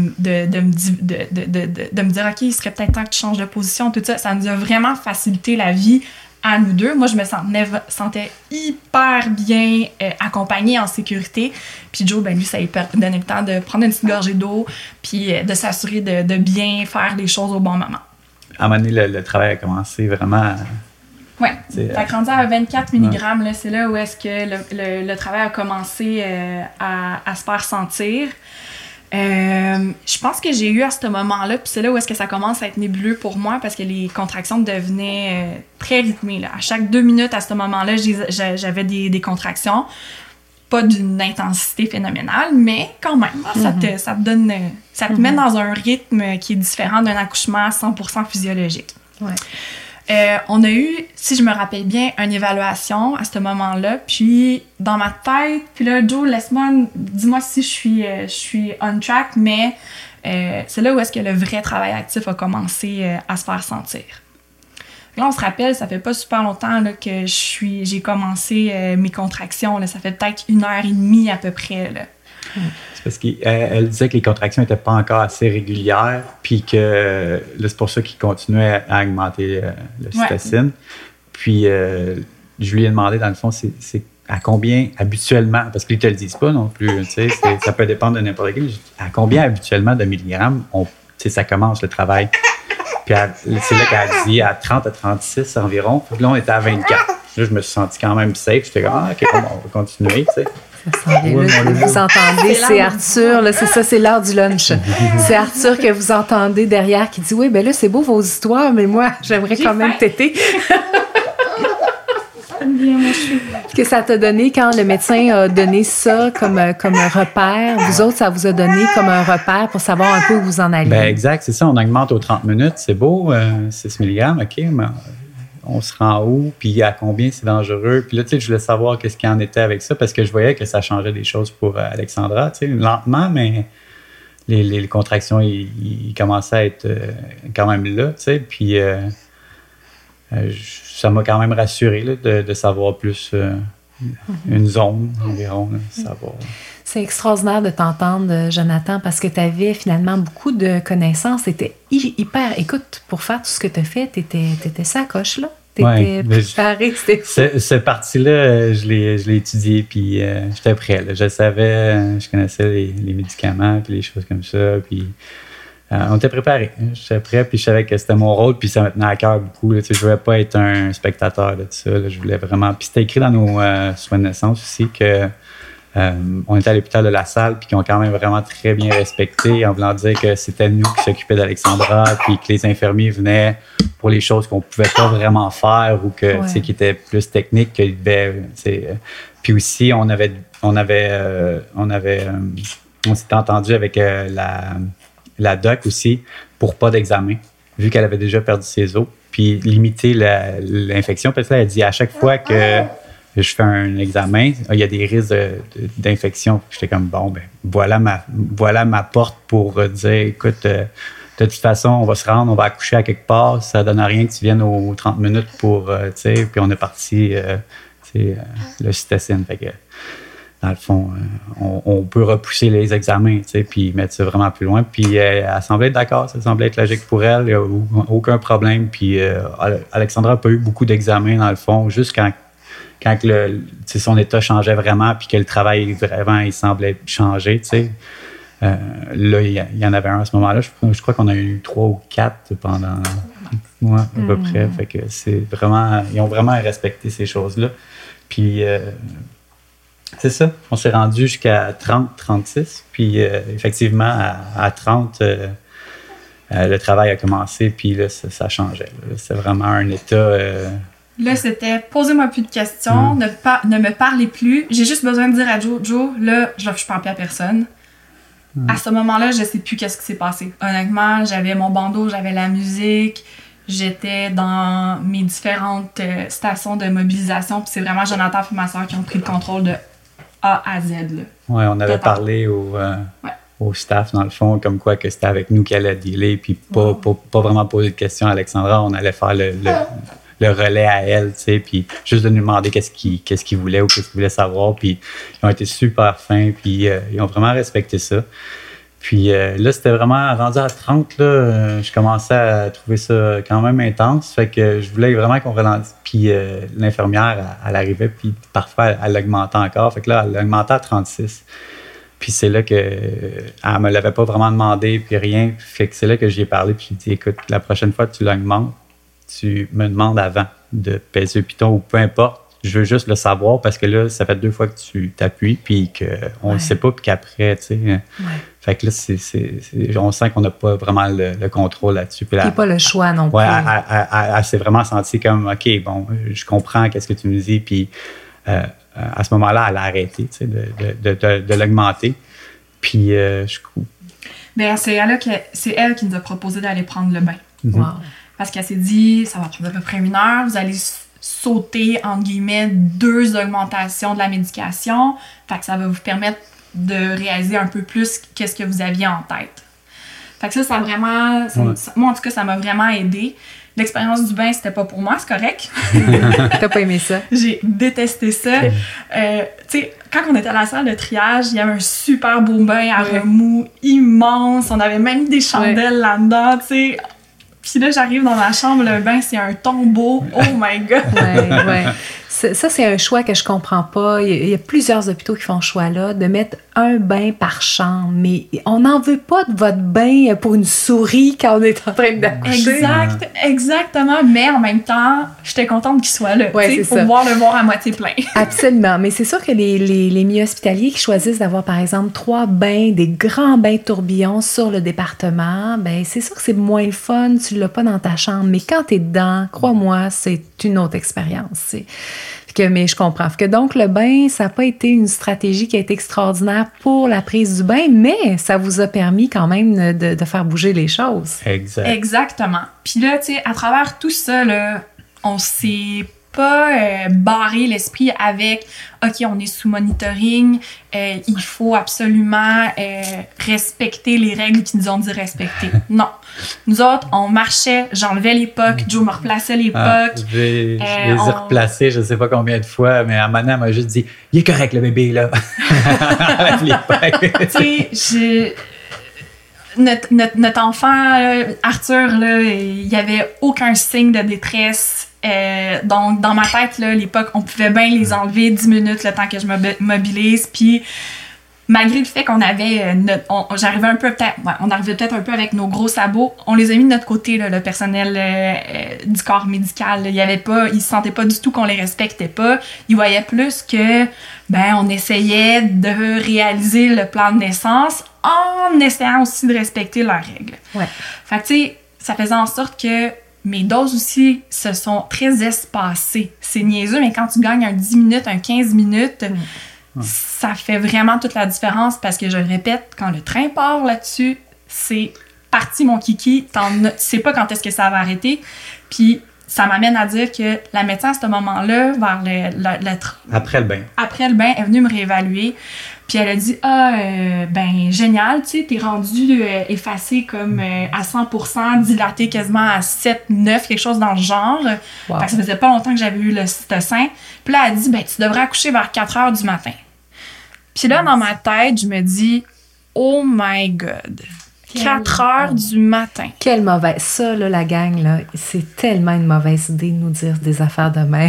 me dire « OK, il serait peut-être temps que tu changes de position », tout ça. Ça nous a vraiment facilité la vie à nous deux. Moi, je me sentais hyper bien accompagnée, en sécurité. Puis Joe, ben lui, ça lui donnait le temps de prendre une petite gorgée d'eau puis de s'assurer de bien faire les choses au bon moment. À un moment donné, le travail a commencé vraiment... Oui. Fait que rendu à 24 mg, là, c'est là où est-ce que le travail a commencé à se faire sentir. Je pense que j'ai eu à ce moment-là, puis c'est là où est-ce que ça commence à être nébuleux pour moi parce que les contractions devenaient très rythmées. Là. À chaque 2 minutes, à ce moment-là, j'avais des contractions. Pas d'une intensité phénoménale, mais quand même, ça te met dans un rythme qui est différent d'un accouchement 100% physiologique. Ouais. On a eu, si je me rappelle bien, une évaluation à ce moment-là, puis dans ma tête, puis là, Joe, dis-moi si je suis on track, mais c'est là où est-ce que le vrai travail actif a commencé à se faire sentir. Là, on se rappelle, ça fait pas super longtemps là, que j'ai commencé mes contractions. Là. Ça fait peut-être 1h30 à peu près. Là. C'est parce qu'elle disait que les contractions n'étaient pas encore assez régulières, puis que là, c'est pour ça qu'il continuait à augmenter l'ocytocine. Puis je lui ai demandé, dans le fond, c'est à combien habituellement, parce qu'ils ne te le disent pas non plus, ça peut dépendre de n'importe qui, à combien habituellement de milligrammes ça commence le travail. Puis c'est là qu'elle a dit à 30 à 36 environ. Puis là, on était à 24. Là, je me suis senti quand même safe. J'étais comme, OK, bon, on va continuer, tu sais. Vous entendez, c'est Arthur, là, c'est ça, c'est l'heure du lunch. C'est Arthur que vous entendez derrière qui dit, oui, ben là, c'est beau vos histoires, mais moi, j'aimerais quand même téter. Qu'est-ce que ça t'a donné quand le médecin a donné ça comme repère? Vous autres, ça vous a donné comme un repère pour savoir un peu où vous en allez? Ben exact, c'est ça. On augmente aux 30 minutes. C'est beau, 6 mg, OK, mais on se rend où? Puis à combien c'est dangereux? Puis là, tu sais, je voulais savoir qu'est-ce qu'il en était avec ça parce que je voyais que ça changeait des choses pour Alexandra, tu sais, lentement, mais les contractions, ils commençaient à être quand même là, tu sais. Puis ça m'a quand même rassuré là, de savoir plus une zone environ, là, savoir. C'est extraordinaire de t'entendre, Jonathan, parce que tu avais finalement beaucoup de connaissances. Tu étais hyper... Écoute, pour faire tout ce que tu as fait, tu étais sacoche, là. Tu étais préparé. Cette partie-là, je l'ai étudiée, puis j'étais prêt. Là. Je savais, je connaissais les médicaments, puis les choses comme ça, puis... on était préparés. J'étais prêt, puis je savais que c'était mon rôle, puis ça me tenait à cœur beaucoup. Là, je ne voulais pas être un spectateur de tout ça. Là, je voulais vraiment... Puis c'était écrit dans nos soins de naissance aussi que on était à l'hôpital de La Salle, puis qu'ils ont quand même vraiment très bien respecté en voulant dire que c'était nous qui s'occupions d'Alexandra, puis que les infirmiers venaient pour les choses qu'on ne pouvait pas vraiment faire ou que, qui étaient plus techniques. Puis aussi, on s'était entendu avec la doc aussi pour pas d'examen, vu qu'elle avait déjà perdu ses os, puis limiter l'infection. Parce que là, elle dit à chaque fois que je fais un examen, il y a des risques d'infection. J'étais comme, bon, ben voilà ma porte pour dire, écoute, de toute façon, on va se rendre, on va accoucher à quelque part, ça donne à rien que tu viennes aux 30 minutes pour, tu sais, puis on est parti, l'ocytocine. Fait que, dans le fond, on peut repousser les examens, tu sais, puis mettre ça vraiment plus loin. Puis elle semblait être d'accord, ça semblait être logique pour elle, il n'y a aucun problème. Puis Alexandra n'a pas eu beaucoup d'examens, dans le fond, juste quand son état changeait vraiment, puis que le travail, vraiment, il semblait changer, tu sais. Là, il y en avait un à ce moment-là. Je crois qu'on a eu 3 ou 4 pendant un mois, à peu près. Fait que c'est vraiment... Ils ont vraiment respecté ces choses-là. Puis... c'est ça. On s'est rendu jusqu'à 30, 36. Puis, effectivement, à 30, le travail a commencé. Puis là, ça changeait. C'est vraiment un état... Là, c'était « Posez-moi plus de questions, ne me parlez plus. J'ai juste besoin de dire à Joe, là, je ne parle plus à personne. » À ce moment-là, je ne sais plus qu'est-ce qui s'est passé. Honnêtement, j'avais mon bandeau, j'avais la musique. J'étais dans mes différentes stations de mobilisation. Puis c'est vraiment Jonathan et ma soeur qui ont pris le contrôle de A à Z. Oui, on avait parlé au staff, dans le fond, comme quoi que c'était avec nous qu'elle allait dealer, puis pas vraiment poser de questions à Alexandra. On allait faire le relais à elle, tu sais, puis juste de nous demander qu'est-ce qu'ils voulaient ou qu'est-ce qu'ils voulaient savoir. Puis ils ont été super fins, puis ils ont vraiment respecté ça. Puis là, c'était vraiment rendu à 30, là, je commençais à trouver ça quand même intense. Fait que je voulais vraiment qu'on ralentisse. Puis l'infirmière, elle arrivait, puis parfois, elle augmentait encore. Fait que là, elle augmentait à 36. Puis c'est là qu'elle ne me l'avait pas vraiment demandé, puis rien. Fait que c'est là que j'y ai parlé, puis j'ai dit, écoute, la prochaine fois que tu l'augmentes, tu me demandes avant de peser le piton ou peu importe. Je veux juste le savoir parce que là, ça fait 2 fois que tu t'appuies puis qu'on ne le sait pas puis qu'après, tu sais. Fait que là, on sent qu'on n'a pas vraiment le contrôle là-dessus. Il n'y a pas le choix non plus. Elle s'est vraiment sentie comme, OK, bon, je comprends qu'est-ce que tu me dis. Puis à ce moment-là, elle a arrêté, tu sais, de l'augmenter. Puis Bien, c'est elle qui nous a proposé d'aller prendre le bain. Wow. Parce qu'elle s'est dit, ça va prendre à peu près 1 heure, vous allez sauter, entre guillemets, 2 augmentations de la médication. Fait que ça va vous permettre de réaliser un peu plus qu'est-ce que vous aviez en tête. Fait que ça a vraiment... moi, en tout cas, ça m'a vraiment aidée. L'expérience du bain, c'était pas pour moi, c'est correct. T'as pas aimé ça? J'ai détesté ça. Tu sais, quand on était à la salle de triage, il y avait un super beau bain à remous immense. On avait même des chandelles là-dedans, tu sais. Puis là, j'arrive dans ma chambre, le bain, c'est un tombeau. Oh my God! Ouais. Ça, c'est un choix que je comprends pas. Il y a plusieurs hôpitaux qui font ce choix-là, de mettre un bain par chambre. Mais on n'en veut pas de votre bain pour une souris quand on est en train d'accoucher. Exactement. Mais en même temps, j'étais contente qu'il soit là. Ouais, pour pouvoir le voir à moitié plein. Absolument. Mais c'est sûr que les milieux hospitaliers qui choisissent d'avoir, par exemple, 3 bains, des grands bains tourbillons sur le département, ben c'est sûr que c'est moins le fun. Tu l'as pas dans ta chambre. Mais quand tu es dedans, crois-moi, c'est une autre expérience. Mais je comprends. Donc, le bain, ça n'a pas été une stratégie qui a été extraordinaire pour la prise du bain, mais ça vous a permis quand même de faire bouger les choses. Exactement. Puis là, tu sais, à travers tout ça, là, on s'est pas barré l'esprit avec « OK, on est sous monitoring, il faut absolument respecter les règles qui nous ont dit respecter. » Non. Nous autres, on marchait, j'enlevais les pucks, Joe me replaçait les pucks. Je les ai replacés, je sais pas combien de fois, mais à un moment donné, elle m'a juste dit « Il est correct, le bébé, là! » Avec les pucks. Tu sais, notre enfant, Arthur, là, il y avait aucun signe de détresse. Donc, dans ma tête, là, les pucks, on pouvait bien les enlever 10 minutes le temps que je me mobilise. Puis, malgré le fait qu'on avait j'arrivais un peu on arrivait peut-être un peu avec nos gros sabots, on les a mis de notre côté, là, le personnel du corps médical. Là. Ils se sentaient pas du tout qu'on les respectait pas. Ils voyaient plus que on essayait de réaliser le plan de naissance en essayant aussi de respecter leurs règles. Ouais. Fait que tu sais, ça faisait en sorte que mes doses aussi se sont très espacées. C'est niaiseux, mais quand tu gagnes un 10 minutes, un 15 minutes, ça fait vraiment toute la différence parce que, je le répète, quand le train part là-dessus, c'est parti mon kiki, tu sais pas quand est-ce que ça va arrêter. Puis ça m'amène à dire que la médecin, à ce moment-là, Après le bain. Après le bain, est venue me réévaluer. Puis elle a dit génial, tu sais, t'es rendu effacé comme à 100%, dilaté quasiment à 7, 9, quelque chose dans le genre. Wow. Fait que ça faisait pas longtemps que j'avais eu le cytocin. Puis là, elle a dit, tu devrais accoucher vers 4 heures du matin. Puis là, dans ma tête, je me dis, oh my God, 4 heures du matin. Quelle mauvaise... Ça, là, la gang, là, c'est tellement une mauvaise idée de nous dire des affaires de même.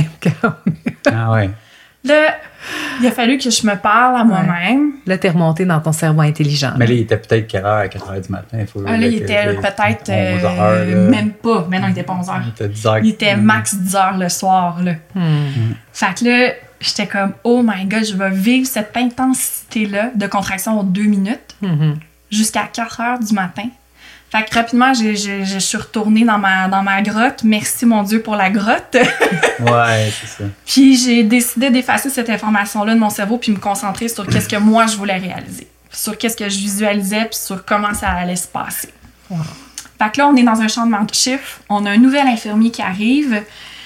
Ah ouais. Là, il a fallu que je me parle à moi-même. Là, t'es remonté dans ton cerveau intelligent. Mais là, il était peut-être quelle heure à 4 heures du matin? Là, il était peut-être 11 heures. même pas. Mais non, il était pas 11 heures. Il était 10 heures. Il était max 10 heures le soir. Là. Fait que là, j'étais comme, oh my God, je vais vivre cette intensité-là de contraction aux 2 minutes jusqu'à 4 heures du matin. Fait que rapidement, je suis retournée dans ma grotte. Merci, mon Dieu, pour la grotte. Ouais, c'est ça. Puis j'ai décidé d'effacer cette information-là de mon cerveau puis me concentrer sur qu'est-ce que moi, je voulais réaliser. Sur qu'est-ce que je visualisais puis sur comment ça allait se passer. Wow. Fait que là, on est dans un changement de chiffre. On a un nouvel infirmier qui arrive.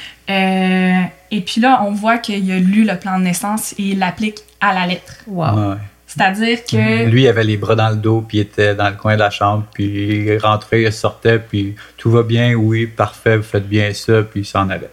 Et puis là, on voit qu'il a lu le plan de naissance et il l'applique à la lettre. Wow. Ouais. C'est-à-dire que... Lui, il avait les bras dans le dos, puis il était dans le coin de la chambre, puis il rentrait, il sortait, puis tout va bien, oui, parfait, vous faites bien ça, puis il s'en allait.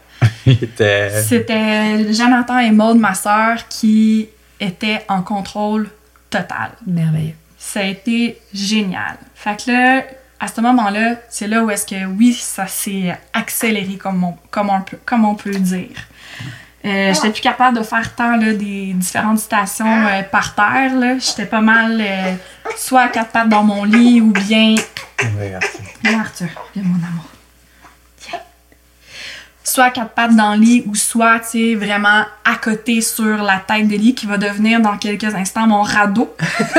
C'était Jonathan et Maude, ma sœur, qui étaient en contrôle total. Merveilleux. Ça a été génial. Fait que là, à ce moment-là, c'est là où est-ce que, oui, ça s'est accéléré, comme on peut le dire. J'étais plus capable de faire tant là, des différentes stations par terre. Là. J'étais pas mal soit à 4 pattes dans mon lit ou bien... Viens Arthur, viens mon amour. Viens. Soit à 4 pattes dans le lit ou soit vraiment à côté sur la tête de lit qui va devenir dans quelques instants mon radeau.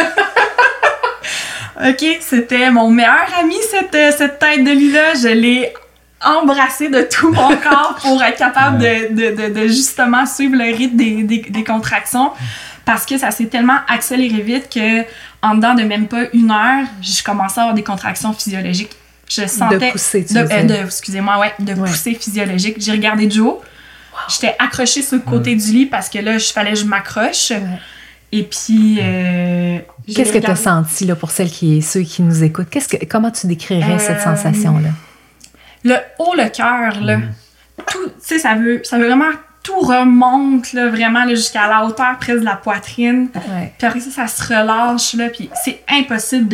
OK, c'était mon meilleur ami cette tête de lit-là. Je l'ai embrasser de tout mon corps pour être capable de justement suivre le rythme des contractions parce que ça s'est tellement accéléré vite que en dedans de même pas 1 heure, je commençais à avoir des contractions physiologiques. Je sentais... De pousser, pousser physiologique. J'ai regardé Joe. Wow. J'étais accrochée sur le côté du lit parce que là, fallait que je m'accroche. Ouais. Et puis... Qu'est-ce que tu as senti là, pour ceux qui nous écoutent? Comment tu décrirais cette sensation-là? le haut, le cœur, là, tout, tu sais, ça veut vraiment, tout remonte, là, vraiment, là, jusqu'à la hauteur presque de la poitrine. Ouais. Puis après ça se relâche, là, puis c'est impossible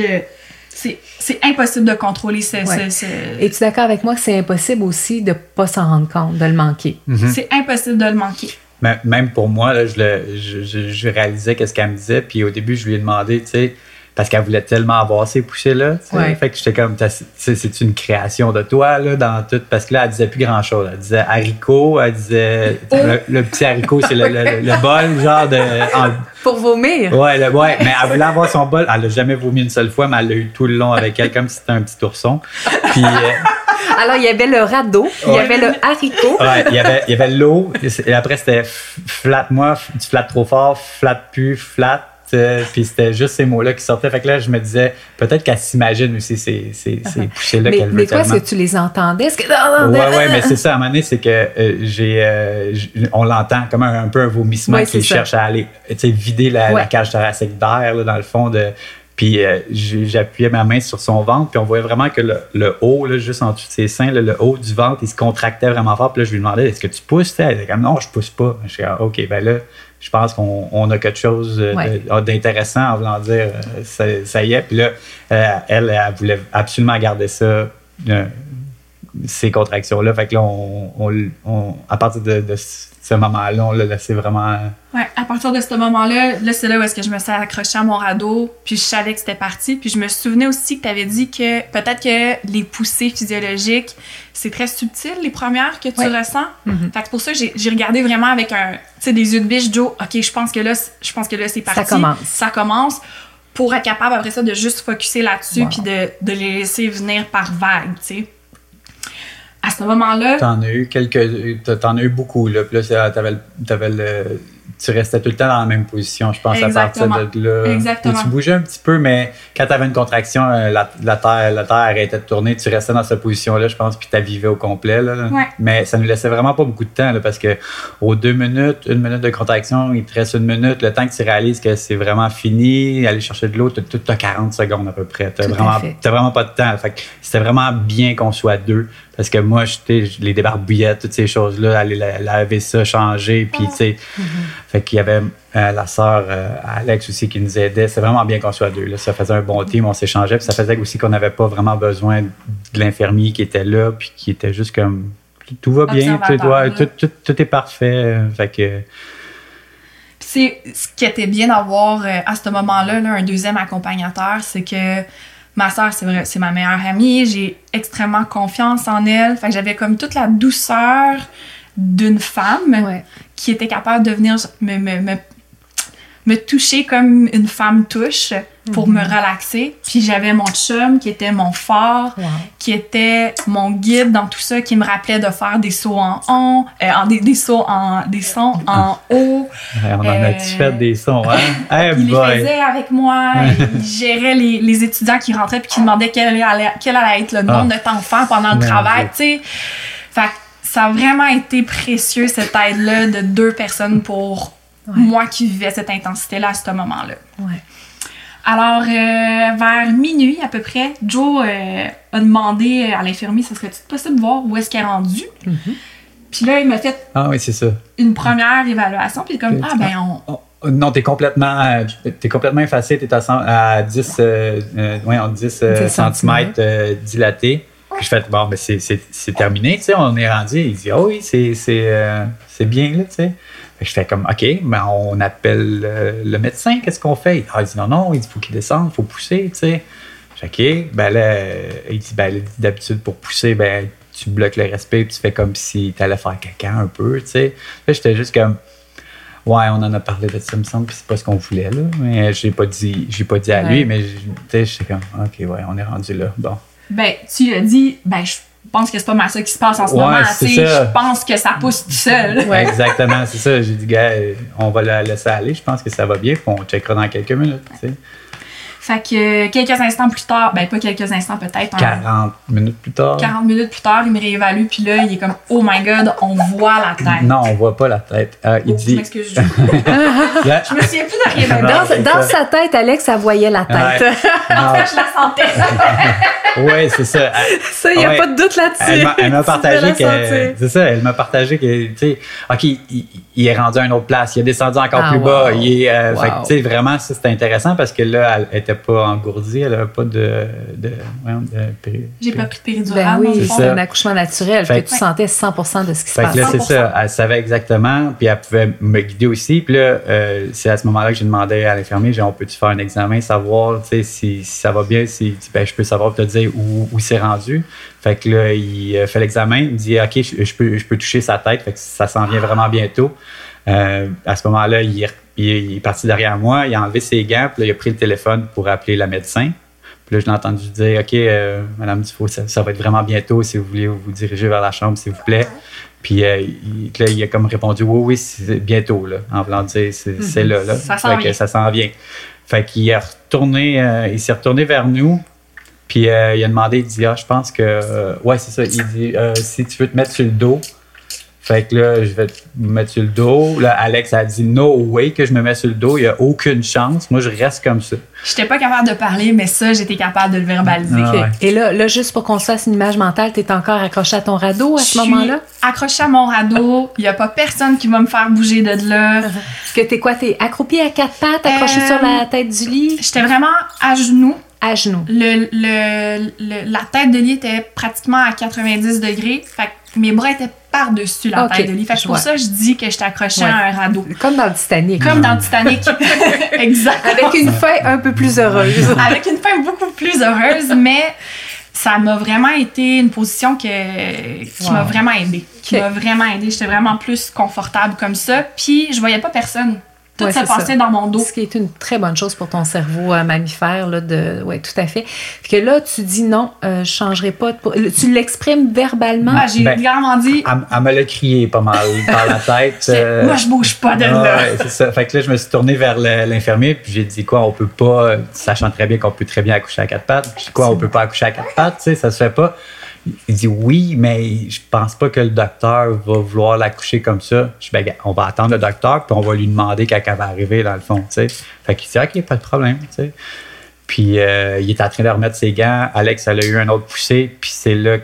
de contrôler ce... Es-tu d'accord avec moi que c'est impossible aussi de pas s'en rendre compte, de le manquer? C'est impossible de le manquer. Même pour moi, là, je réalisais qu'est-ce qu'elle me disait, puis au début, je lui ai demandé, tu sais, parce qu'elle voulait tellement avoir ces poussées-là, tu sais. Ouais. Fait que j'étais comme, c'est une création de toi, là, dans tout, parce que là, elle disait plus grand-chose. Elle disait haricot, elle disait, le petit haricot, c'est le bol, genre de... Pour vomir? Ouais, mais elle voulait avoir son bol. Elle l'a jamais vomi une seule fois, mais elle l'a eu tout le long avec elle, comme si c'était un petit ourson. Puis... Alors, il y avait le radeau, il y avait le haricot. Ouais, il y avait l'eau, et après, c'était flatte-moi, tu flattes trop fort, flatte plus, flatte. Puis c'était juste ces mots-là qui sortaient. Fait que là, je me disais, peut-être qu'elle s'imagine aussi ces poussées-là qu'elle veut mais toi, tellement. est-ce que tu les entendais? Ouais, mais c'est ça. À un moment donné, c'est que on l'entend comme un peu un vomissement qui cherche à aller vider la cage thoracique d'air, là, dans le fond de... Puis j'appuyais ma main sur son ventre, puis on voyait vraiment que le haut, là, juste en dessous de ses seins, là, le haut du ventre, il se contractait vraiment fort. Puis là, je lui demandais, est-ce que tu pousses? Elle était comme, non, je pousse pas. Je suis OK, ben là, je pense qu'on a quelque chose d'intéressant en voulant dire, ça y est. Puis là, elle voulait absolument garder ça, ces contractions-là. Fait que là, à partir de ce moment-là, on l'a laissé vraiment... Ouais, à partir de ce moment-là, c'est là où est-ce que je me suis accrochée à mon radeau, puis je savais que c'était parti. Puis je me souvenais aussi que tu avais dit que peut-être que les poussées physiologiques, c'est très subtil, les premières que tu ressens. Fait que c'est pour ça que j'ai regardé vraiment avec des yeux de biche, Joe, OK, je pense que là, c'est parti. Ça commence. Pour être capable, après ça, de juste focusser là-dessus, puis de les laisser venir par vague, tu sais. À ce moment-là... T'en as eu beaucoup, là. Puis là, tu restais tout le temps dans la même position, je pense, Exactement. à partir de là. Exactement. Tu bougeais un petit peu, mais quand t'avais une contraction, la terre arrêtait de tourner, tu restais dans cette position-là, je pense, puis t'avivais au complet, là. Ouais. Mais ça nous laissait vraiment pas beaucoup de temps, là, parce que aux 2 minutes, 1 minute de contraction, il te reste 1 minute, le temps que tu réalises que c'est vraiment fini, aller chercher de l'eau, t'as 40 secondes à peu près. T'as vraiment pas de temps. Fait que c'était vraiment bien qu'on soit 2. Parce que moi, je les débarbouillais, toutes ces choses-là, aller laver ça, changer, puis tu sais. Fait qu'il y avait la sœur Alex aussi qui nous aidait. C'est vraiment bien qu'on soit 2. Là. Ça faisait un bon team, on s'échangeait, puis ça faisait aussi qu'on n'avait pas vraiment besoin de l'infirmier qui était là, puis qui était juste comme tout va bien, tout est parfait. Fait que. C'est ce qui était bien d'avoir à ce moment-là, là, un deuxième accompagnateur, c'est que ma sœur, c'est ma meilleure amie. J'ai extrêmement confiance en elle. Fait que j'avais comme toute la douceur d'une femme qui était capable de venir me toucher comme une femme touche pour me relaxer. Puis j'avais mon chum qui était mon phare, qui était mon guide dans tout ça, qui me rappelait de faire des sauts des sons en haut. On en a-tu fait des sons, hein? Il les faisait avec moi. Il gérait les étudiants qui rentraient puis qui demandaient quel allait être le nombre de temps d'enfants pendant le travail, tu sais. Fait que ça a vraiment été précieux, cette aide-là de 2 personnes pour moi qui vivais cette intensité-là à ce moment-là. Ouais. Alors, vers minuit à peu près, Joe a demandé à l'infirmier, ça serait-il possible de voir où est-ce qu'elle est rendue? Puis là, il m'a fait c'est ça. une première évaluation, puis comme, non, t'es complètement effacé, t'es à 10 cm dilaté. Puis je fais, bon, ben c'est terminé, tu sais, on est rendu. Il dit, oui, c'est bien, là, tu sais. Je fais comme, OK, ben on appelle le médecin, qu'est-ce qu'on fait? Il dit, non, il dit, faut qu'il descende, faut pousser, tu sais. Je fais, OK, ben là, il dit, ben d'habitude, pour pousser, ben tu bloques le respect, puis tu fais comme si t'allais faire caca un peu, tu sais. Là, j'étais juste comme, ouais, on en a parlé de ça, me semble, puis c'est pas ce qu'on voulait, là. Mais j'ai pas dit à lui, mais tu sais, j'étais comme, OK, ouais, on est rendu là, bon. Ben, tu lui as dit, ben, je pense que c'est pas mal ça qui se passe en ce moment, tu sais. Je pense que ça pousse tout seul. Ouais, exactement, c'est ça. J'ai dit, gars, on va la laisser aller, je pense que ça va bien, puis on checkera dans quelques minutes, tu sais. Fait que quelques instants plus tard, ben pas quelques instants peut-être. 40 minutes plus tard. 40 minutes plus tard, il me réévalue, puis là, il est comme, oh my God, on voit la tête. Non, on voit pas la tête. Il dit... Je m'excuse, je me souviens plus de rien. Dans sa tête, Alex, elle voyait la tête. En fait, je la sentais. Oui, c'est ça. Ça, il n'y a pas de doute là-dessus. Elle m'a partagé Tu que. C'est ça, elle m'a partagé que, tu sais, OK, il est rendu à une autre place, il est descendu encore plus bas. Wow. Il est, Wow. Fait que, tu sais, vraiment, ça, c'était intéressant parce que là, elle n'était pas engourdie, elle n'avait pas de J'ai pas pris de péridurale. Ben dans le oui, fond. c'est un accouchement naturel. Fait Que tu sentais 100% de ce qui se Fait passe. que là, c'est 100%. ça. Elle savait exactement, puis elle pouvait me guider aussi. Puis là, c'est à ce moment-là que j'ai demandé à l'infirmier, on peut-tu faire un examen, savoir, tu sais, si ça va bien, si ben, je peux savoir te dire où c'est rendu. Fait que là, il fait l'examen, il me dit, OK, je peux toucher sa tête, fait que ça s'en vient vraiment bientôt. À ce moment-là, il est parti derrière moi, il a enlevé ses gants, puis là, il a pris le téléphone pour appeler la médecin. Puis là, je l'ai entendu dire, OK, Madame Dufault, ça va être vraiment bientôt, si vous voulez vous diriger vers la chambre, s'il vous plaît. Puis là, il a comme répondu, oui, c'est bientôt, là, en voulant dire, c'est là. Ça s'en vient. Ça s'en vient. Fait qu'il est retourné, il s'est retourné vers nous, puis il a demandé, il dit, je pense que, ouais, c'est ça, il dit, si tu veux te mettre sur le dos. Fait que là, je vais me mettre sur le dos. Là, Alex a dit no way que je me mets sur le dos. Il n'y a aucune chance. Moi, je reste comme ça. J'étais pas capable de parler, mais ça, j'étais capable de le verbaliser. Ah, OK. ouais. Et là, juste pour qu'on se fasse une image mentale, tu es encore accroché à ton radeau à ce moment-là? Accrochée à mon radeau. Il n'y a pas personne qui va me faire bouger de là. Que t'es quoi? T'es accroupi à quatre pattes, accroché sur la tête du lit? J'étais vraiment à genoux. À genoux. La tête de lit était pratiquement à 90 degrés. Fait que mes bras étaient par-dessus la OK, tête de lit. Fait que je pour vois. ça, je dis que j'étais accrochée Ouais. à un radeau. Comme dans le Titanic. Comme dans le Titanic. Exact. Avec une fin un peu plus heureuse. Avec une fin beaucoup plus heureuse, mais ça m'a vraiment été une position qui m'a vraiment aidée. Qui OK. m'a vraiment aidée. J'étais vraiment plus confortable comme ça. Puis je voyais pas personne. Tout Ouais, se c'est passait ça. dans mon dos. Ce qui est une très bonne chose pour ton cerveau mammifère. Oui, tout à fait. Puis que là, tu dis non, je changerai pas. Tu l'exprimes verbalement. Ah, j'ai Ben, clairement dit, Elle me l'a crié pas mal par la tête. moi je bouge pas de Ah, là. ouais, c'est ça. Fait que là, je me suis tourné vers l'infirmier, puis j'ai dit quoi, on peut pas, sachant très bien qu'on peut très bien accoucher à quatre pattes. J'ai dit quoi, on peut pas accoucher à quatre pattes, tu sais, ça se fait pas. Il dit oui, mais je pense pas que le docteur va vouloir l'accoucher comme ça. Je dis, ben, gars, on va attendre le docteur, puis on va lui demander quand elle va arriver, dans le fond, tu sais. Fait qu'il dit, OK, pas de problème, tu sais. Puis il est en train de remettre ses gants. Alex, elle a eu un autre poussé, puis c'est là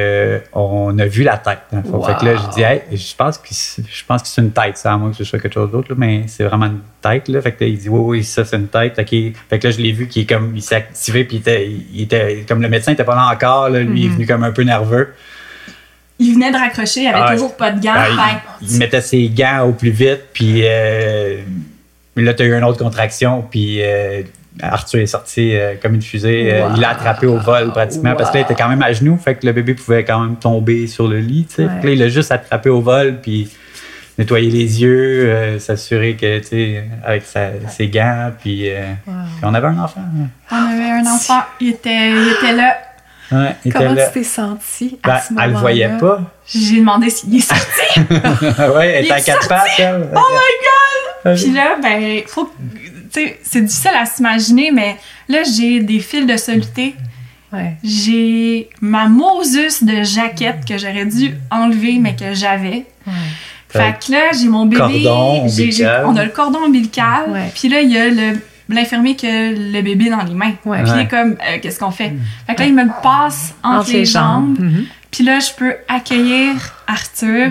qu'on a vu la tête, dans le fond. Wow. Fait que là, je dis, hey, je pense que c'est une tête, ça, à moins que ce soit quelque chose d'autre, là, mais c'est vraiment une tête, là. Fait que là, il dit, oui, ça, c'est une tête. OK. Fait que là, je l'ai vu il s'est activé, puis il était comme le médecin n'était pas là encore, là, lui, il est venu comme un peu nerveux. Il venait de raccrocher, il avait Ah, toujours pas de gants. il mettait ses gants au plus vite, puis là, tu as eu une autre contraction, puis Arthur est sorti comme une fusée. Wow. Il l'a attrapé au vol pratiquement, parce que là, il était quand même à genoux, fait que le bébé pouvait quand même tomber sur le lit. Tu sais. Ouais. Fait que là, il l'a juste attrapé au vol, puis nettoyer les yeux, s'assurer que, tu sais, avec ses gants, puis puis on avait un enfant. On avait un enfant, il était là. Ouais, il Comment était là. tu t'es sentie Ben, à ce moment-là? elle le voyait pas. J'ai demandé s'il est sorti. Ouais, elle Il était à est quatre sorti. pattes. Elle. Oh my God! Puis là, ben, faut que- tu sais, c'est difficile à s'imaginer, mais là, j'ai des fils de soluté. Ouais. J'ai ma Moses de jaquette que j'aurais dû enlever, mais que j'avais. Ouais. Fait que là, j'ai mon bébé. Cordon ombilical. On a le cordon ombilical. Ouais. Puis là, il y a l'infirmier qui a le bébé dans les mains. Ouais. Puis il Ouais. est comme, qu'est-ce qu'on fait? Fait que là, il me le passe entre les jambes. Mhm. Puis là, je peux accueillir Arthur.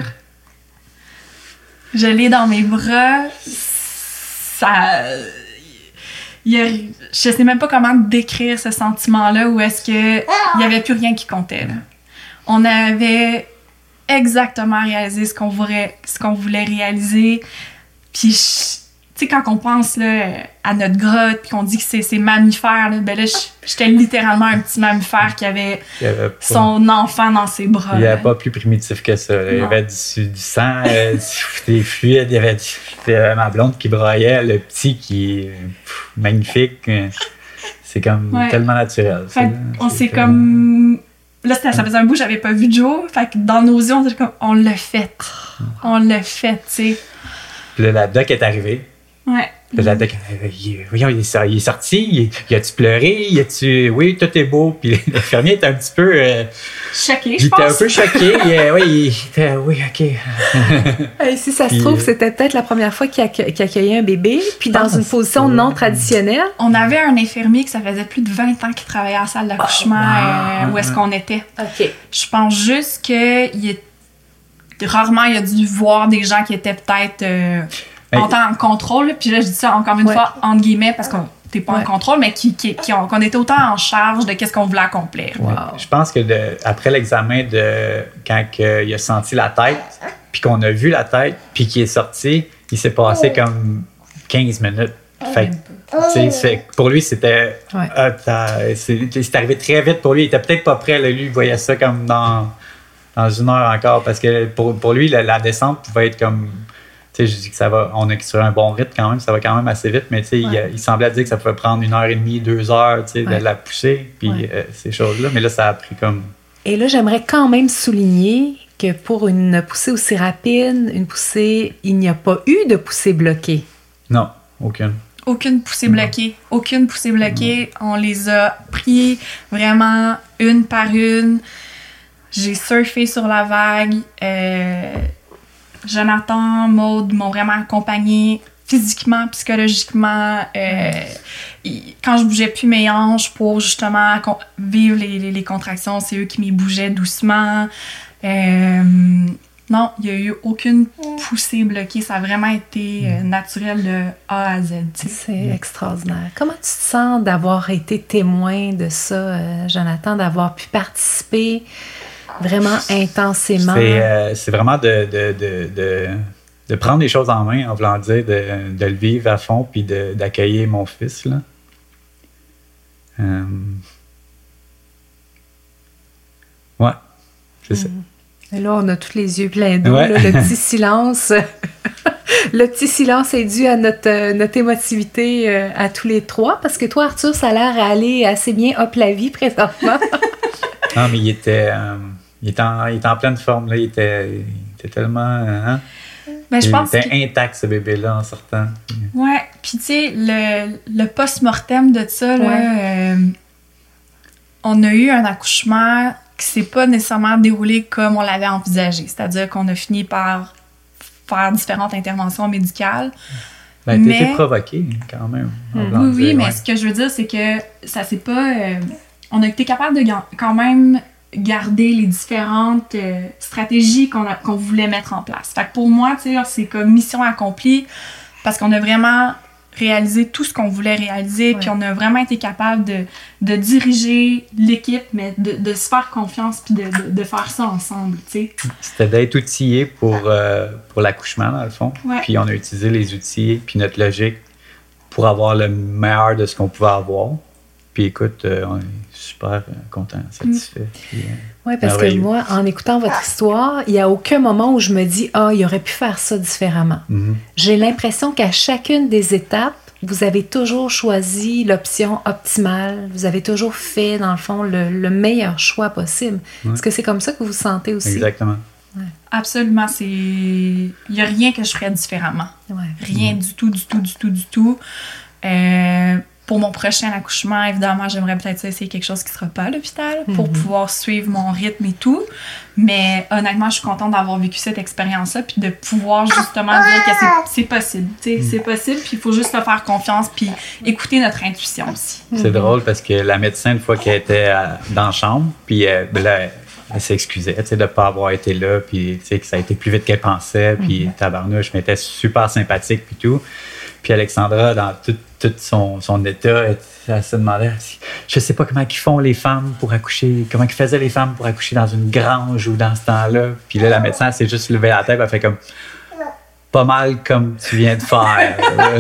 Je l'ai dans mes bras. Ça... je sais même pas comment décrire ce sentiment-là où est-ce que il y avait plus rien qui comptait. Là. On avait exactement réalisé ce qu'on voulait réaliser. Puis, tu sais, quand on pense là, à notre grotte, puis qu'on dit que c'est mammifère, là, ben là, j'étais littéralement un petit mammifère qui avait Il y avait pas- son enfant dans ses bras. Il n'y là. avait pas plus primitif que ça. Il y Non. avait du sang, des fluides, il y avait ma blonde qui broyait, le petit qui est magnifique. C'est comme Ouais. tellement naturel. ça, Fait là. on s'est C'est comme... Là, ça faisait un bout, j'avais pas vu Joe. Fait que dans nos yeux, on était comme, on l'a fait. On l'a fait, tu sais. Puis là, la doc est arrivée. Ouais. Puis la doc, voyons, il est sorti, il a-tu pleuré, oui, tout est beau. Puis l'infirmier était un petit peu... choqué, je pense. Il était un peu choqué, oui, OK. Si ça se trouve, c'était peut-être la première fois qu'il accueillait un bébé, puis dans une position non traditionnelle. On avait un infirmier que ça faisait plus de 20 ans qu'il travaillait à la salle d'accouchement où est-ce qu'on était. OK. Je pense juste rarement il a dû voir des gens qui étaient peut-être en temps de contrôle. Puis là, je dis ça encore une fois, entre guillemets, parce qu'on t'es pas en contrôle, mais qu'on était autant en charge de qu'est-ce qu'on voulait accomplir. Wow. Je pense que après l'examen, quand il a senti la tête, puis qu'on a vu la tête, puis qu'il est sorti, il s'est passé comme 15 minutes. Fait pour lui, c'était... c'est arrivé très vite pour lui. Il était peut-être pas prêt. Là, lui, il voyait ça comme dans une heure encore. Parce que pour lui, la descente pouvait être comme... Je dis que on est sur un bon rythme quand même. Ça va quand même assez vite. Mais il semblait dire que ça pouvait prendre 1h30, 2 heures de la pousser. Puis ces choses-là. Mais là, ça a pris comme... Et là, j'aimerais quand même souligner que pour une poussée aussi rapide, il n'y a pas eu de poussée bloquée. Non, aucune. Aucune poussée bloquée. Aucune poussée bloquée. On les a pris vraiment une par une. J'ai surfé sur la vague. Jonathan, Maude m'ont vraiment accompagnée physiquement, psychologiquement. Quand je bougeais plus mes hanches pour justement vivre les contractions, c'est eux qui m'y bougeaient doucement. Non, il n'y a eu aucune poussée bloquée. Ça a vraiment été naturel de A à Z. C'est extraordinaire. Comment tu te sens d'avoir été témoin de ça, Jonathan, d'avoir pu participer vraiment intensément? C'est vraiment de prendre les choses en main, en voulant dire, de le vivre à fond, puis d'accueillir mon fils, là. Ouais, c'est ça. Et là, on a tous les yeux pleins d'eau. Ouais. Là, le petit silence. Le petit silence est dû à notre émotivité à tous les trois. Parce que toi, Arthur, ça a l'air d'aller assez bien hop la vie présentement. Non, mais il était en pleine forme. Là. Il était tellement... Ben, je pense était intact, ce bébé-là, en sortant. Ouais. Puis, tu sais, le post-mortem de ça, là, on a eu un accouchement qui s'est pas nécessairement déroulé comme on l'avait envisagé. C'est-à-dire qu'on a fini par faire différentes interventions médicales. Ben, t'as été provoqué, quand même. Oui, mais ce que je veux dire, c'est que ça s'est pas... on a été capable de quand même garder les différentes stratégies qu'on voulait mettre en place. Fait que pour moi, tu sais, c'est comme mission accomplie parce qu'on a vraiment réalisé tout ce qu'on voulait réaliser, puis on a vraiment été capable de diriger l'équipe, mais de se faire confiance, puis de faire ça ensemble, tu sais. C'était d'être outillé pour l'accouchement, dans le fond. Ouais. Puis on a utilisé les outils, puis notre logique pour avoir le meilleur de ce qu'on pouvait avoir. Puis écoute, on est super content, satisfait. Oui, parce que moi, en écoutant votre histoire, il n'y a aucun moment où je me dis « Ah, il aurait pu faire ça différemment. Mm-hmm. » J'ai l'impression qu'à chacune des étapes, vous avez toujours choisi l'option optimale. Vous avez toujours fait, dans le fond, le meilleur choix possible. Est-ce que c'est comme ça que vous vous sentez aussi? Exactement. Ouais. Absolument. Il n'y a rien que je ferais différemment. Ouais. Rien du tout. Pour mon prochain accouchement, évidemment, j'aimerais peut-être essayer quelque chose qui ne sera pas à l'hôpital pour pouvoir suivre mon rythme et tout. Mais honnêtement, je suis contente d'avoir vécu cette expérience-là puis de pouvoir justement dire que c'est possible. C'est possible, puis il faut juste leur faire confiance puis écouter notre intuition aussi. C'est drôle parce que la médecin, une fois qu'elle était dans la chambre, puis là, elle s'excusait de ne pas avoir été là, puis que ça a été plus vite qu'elle pensait, puis tabarnouche, mais elle était super sympathique puis tout. Puis Alexandra, dans tout son état, elle se demandait, je sais pas comment ils font les femmes pour accoucher, comment ils faisaient les femmes pour accoucher dans une grange ou dans ce temps-là. Puis là, la médecin s'est juste levée la tête, elle fait comme, pas mal comme tu viens de faire.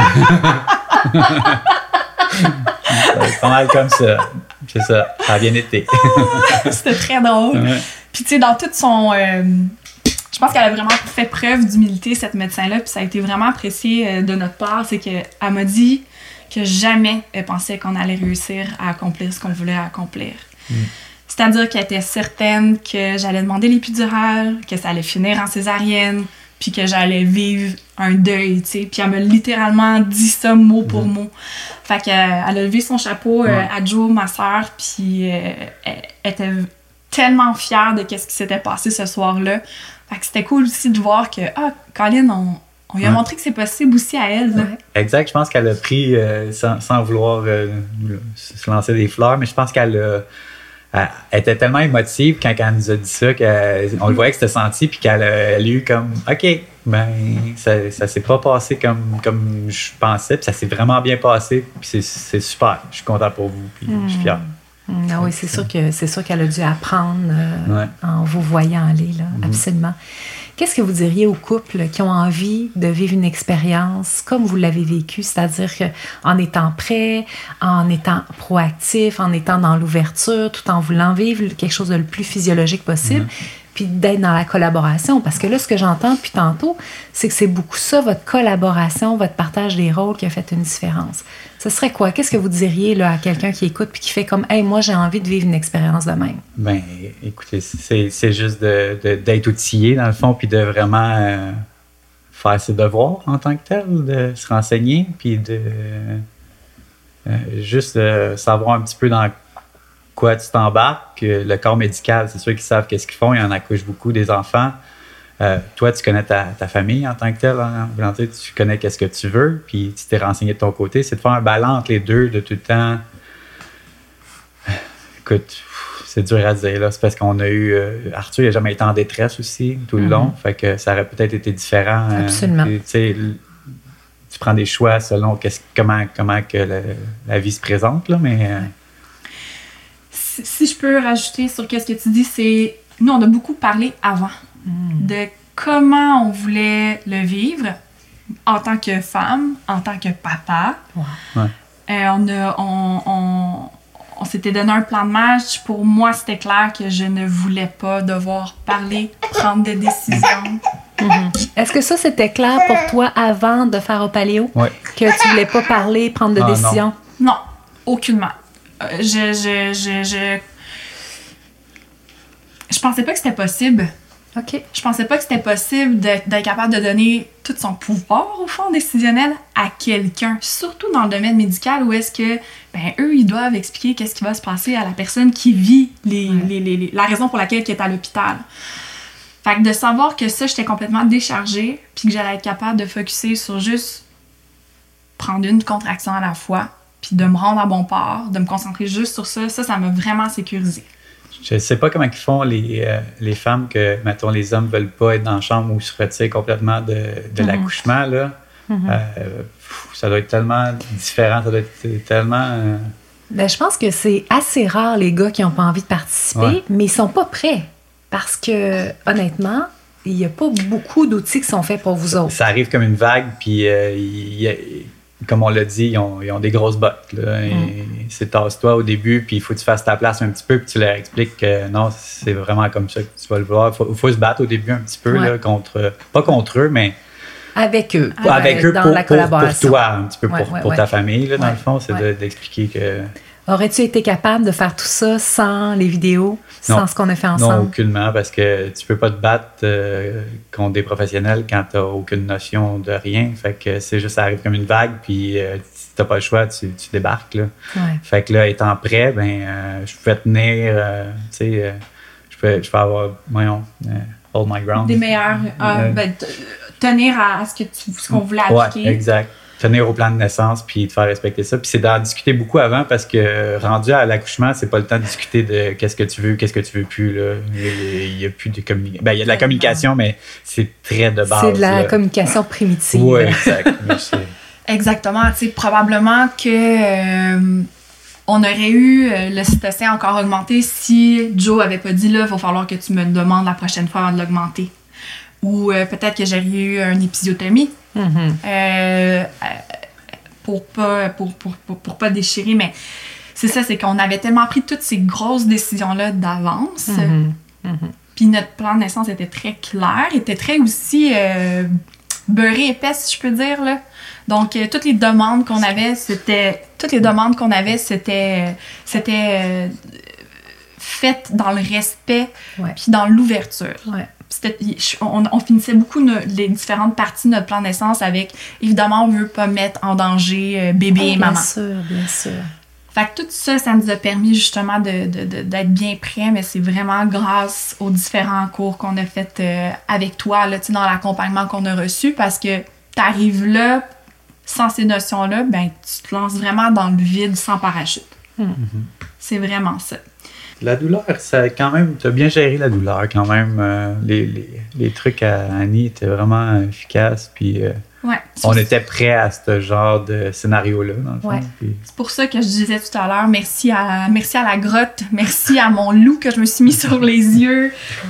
Pas mal comme ça. C'est ça, ça a bien été. C'était très drôle. Ouais. Puis tu sais, dans tout son... je pense qu'elle a vraiment fait preuve d'humilité, cette médecin-là, puis ça a été vraiment apprécié de notre part. C'est qu'elle m'a dit que jamais elle pensait qu'on allait réussir à accomplir ce qu'on voulait accomplir. C'est-à-dire qu'elle était certaine que j'allais demander l'épidurale, que ça allait finir en césarienne, puis que j'allais vivre un deuil, tu sais. Puis elle m'a littéralement dit ça mot pour mot. Fait qu'elle a levé son chapeau à Jo, ma sœur, puis elle était tellement fière de ce qui s'était passé ce soir-là. Fait que c'était cool aussi de voir que, Colin, on lui a montré que c'est possible aussi à elle. Là. Exact, je pense qu'elle a pris, sans vouloir se lancer des fleurs, mais je pense qu'elle était tellement émotive quand elle nous a dit ça, qu'on le voyait que c'était senti, puis qu'elle a eu comme, OK, ben, ça s'est pas passé comme je pensais, puis ça s'est vraiment bien passé, puis c'est super. Je suis content pour vous, puis je suis fier. Ah oui, c'est sûr qu'elle a dû apprendre en vous voyant aller, là, absolument. Qu'est-ce que vous diriez aux couples qui ont envie de vivre une expérience comme vous l'avez vécu, c'est-à-dire en étant prêts, en étant proactifs, en étant dans l'ouverture, tout en voulant vivre quelque chose de le plus physiologique possible, puis d'être dans la collaboration? Parce que là, ce que j'entends depuis tantôt, c'est que c'est beaucoup ça, votre collaboration, votre partage des rôles qui a fait une différence. Ce serait quoi? Qu'est-ce que vous diriez là, à quelqu'un qui écoute puis qui fait comme « Hey, moi, j'ai envie de vivre une expérience de même. » Ben, écoutez, c'est juste d'être outillé, dans le fond, puis de vraiment faire ses devoirs en tant que tel, de se renseigner, puis de juste savoir un petit peu dans quoi tu t'embarques. Le corps médical, c'est sûr qu'ils savent qu'est-ce qu'ils font. Ils en accouchent beaucoup, des enfants. Toi, tu connais ta famille en tant que telle. Hein? Tu connais qu'est-ce que tu veux, puis tu t'es renseigné de ton côté. C'est de faire un balance entre les deux, de tout le temps. Écoute, c'est dur à dire. Là. C'est parce qu'on a eu... Arthur, il n'a jamais été en détresse aussi, tout le long. Fait que ça aurait peut-être été différent. Absolument. Tu prends des choix selon comment que la vie se présente, là, mais... Si je peux rajouter sur ce que tu dis, c'est... Nous, on a beaucoup parlé avant de comment on voulait le vivre en tant que femme, en tant que papa. Wow. On s'était donné un plan de match. Pour moi, c'était clair que je ne voulais pas devoir parler, prendre des décisions. Est-ce que ça, c'était clair pour toi avant de faire au Paléo? Oui. Que tu voulais pas parler, prendre de décisions? Non, aucunement. Je pensais pas que c'était possible. OK. Je pensais pas que c'était possible d'être capable de donner tout son pouvoir, au fond, décisionnel à quelqu'un. Surtout dans le domaine médical où est-ce que, eux, ils doivent expliquer qu'est-ce qui va se passer à la personne qui vit la raison pour laquelle elle est à l'hôpital. Fait que de savoir que ça, j'étais complètement déchargée puis que j'allais être capable de focusser sur juste prendre une contraction à la fois puis de me rendre à bon port, de me concentrer juste sur ça, ça m'a vraiment sécurisée. Je sais pas comment ils font les femmes que, mettons, les hommes veulent pas être dans la chambre ou se retirent complètement de l'accouchement, là. Ça doit être tellement différent, ça doit être tellement... Je pense que c'est assez rare, les gars qui n'ont pas envie de participer, mais ils sont pas prêts. Parce que, honnêtement, il n'y a pas beaucoup d'outils qui sont faits pour vous autres. Ça arrive comme une vague, puis comme on l'a dit, ils ont des grosses bottes. Là, c'est tasse-toi au début, puis il faut que tu fasses ta place un petit peu, puis tu leur expliques que non, c'est vraiment comme ça que tu vas le voir. Il faut se battre au début un petit peu, là, pas contre eux, mais... Avec eux. Avec eux dans la collaboration. Pour toi, un petit peu pour ta famille, là, dans le fond, c'est d'expliquer que... Aurais-tu été capable de faire tout ça sans les vidéos, sans ce qu'on a fait ensemble? Non, aucunement, parce que tu peux pas te battre contre des professionnels quand t'as aucune notion de rien. Fait que c'est juste, ça arrive comme une vague, puis si t'as pas le choix, tu débarques, là. Fait que là, étant prêt, je pouvais tenir, tu sais, je peux avoir, hold my ground. Des meilleurs, tenir à ce qu'on voulait appliquer. Ouais, exact. Tenir au plan de naissance puis de faire respecter ça. Puis c'est d'en discuter beaucoup avant parce que rendu à l'accouchement, c'est pas le temps de discuter de qu'est-ce que tu veux plus. Là. Il y a plus de communication. Il y a de la communication, mais c'est très de base. C'est de la communication primitive. Oui, exact. Exactement. Tu sais, probablement que on aurait eu le cytocin encore augmenté si Joe avait pas dit là, il va falloir que tu me demandes la prochaine fois avant de l'augmenter. Ou peut-être que j'aurais eu une épisiotomie. Pour pas déchirer, mais c'est ça, c'est qu'on avait tellement pris toutes ces grosses décisions-là d'avance. Puis notre plan de naissance était très clair, était très aussi beurré épais, si je peux dire, là. Donc, toutes les demandes qu'on avait, c'était faites dans le respect puis dans l'ouverture. Ouais. on finissait beaucoup les différentes parties de notre plan de naissance avec, évidemment, on veut pas mettre en danger bébé et maman. Bien sûr, bien sûr. Fait que tout ça, ça nous a permis justement d'être bien prêts, mais c'est vraiment grâce aux différents cours qu'on a fait avec toi, là, dans l'accompagnement qu'on a reçu, parce que t'arrives là, sans ces notions-là, ben tu te lances vraiment dans le vide sans parachute. C'est vraiment ça. La douleur, ça quand même, tu as bien géré la douleur quand même. Les trucs à Annie étaient vraiment efficaces, puis Ouais, on était prêts à ce genre de scénario-là, dans le fond. Ouais. Puis... C'est pour ça que je disais tout à l'heure, merci à la grotte, merci à mon loup que je me suis mis sur les yeux.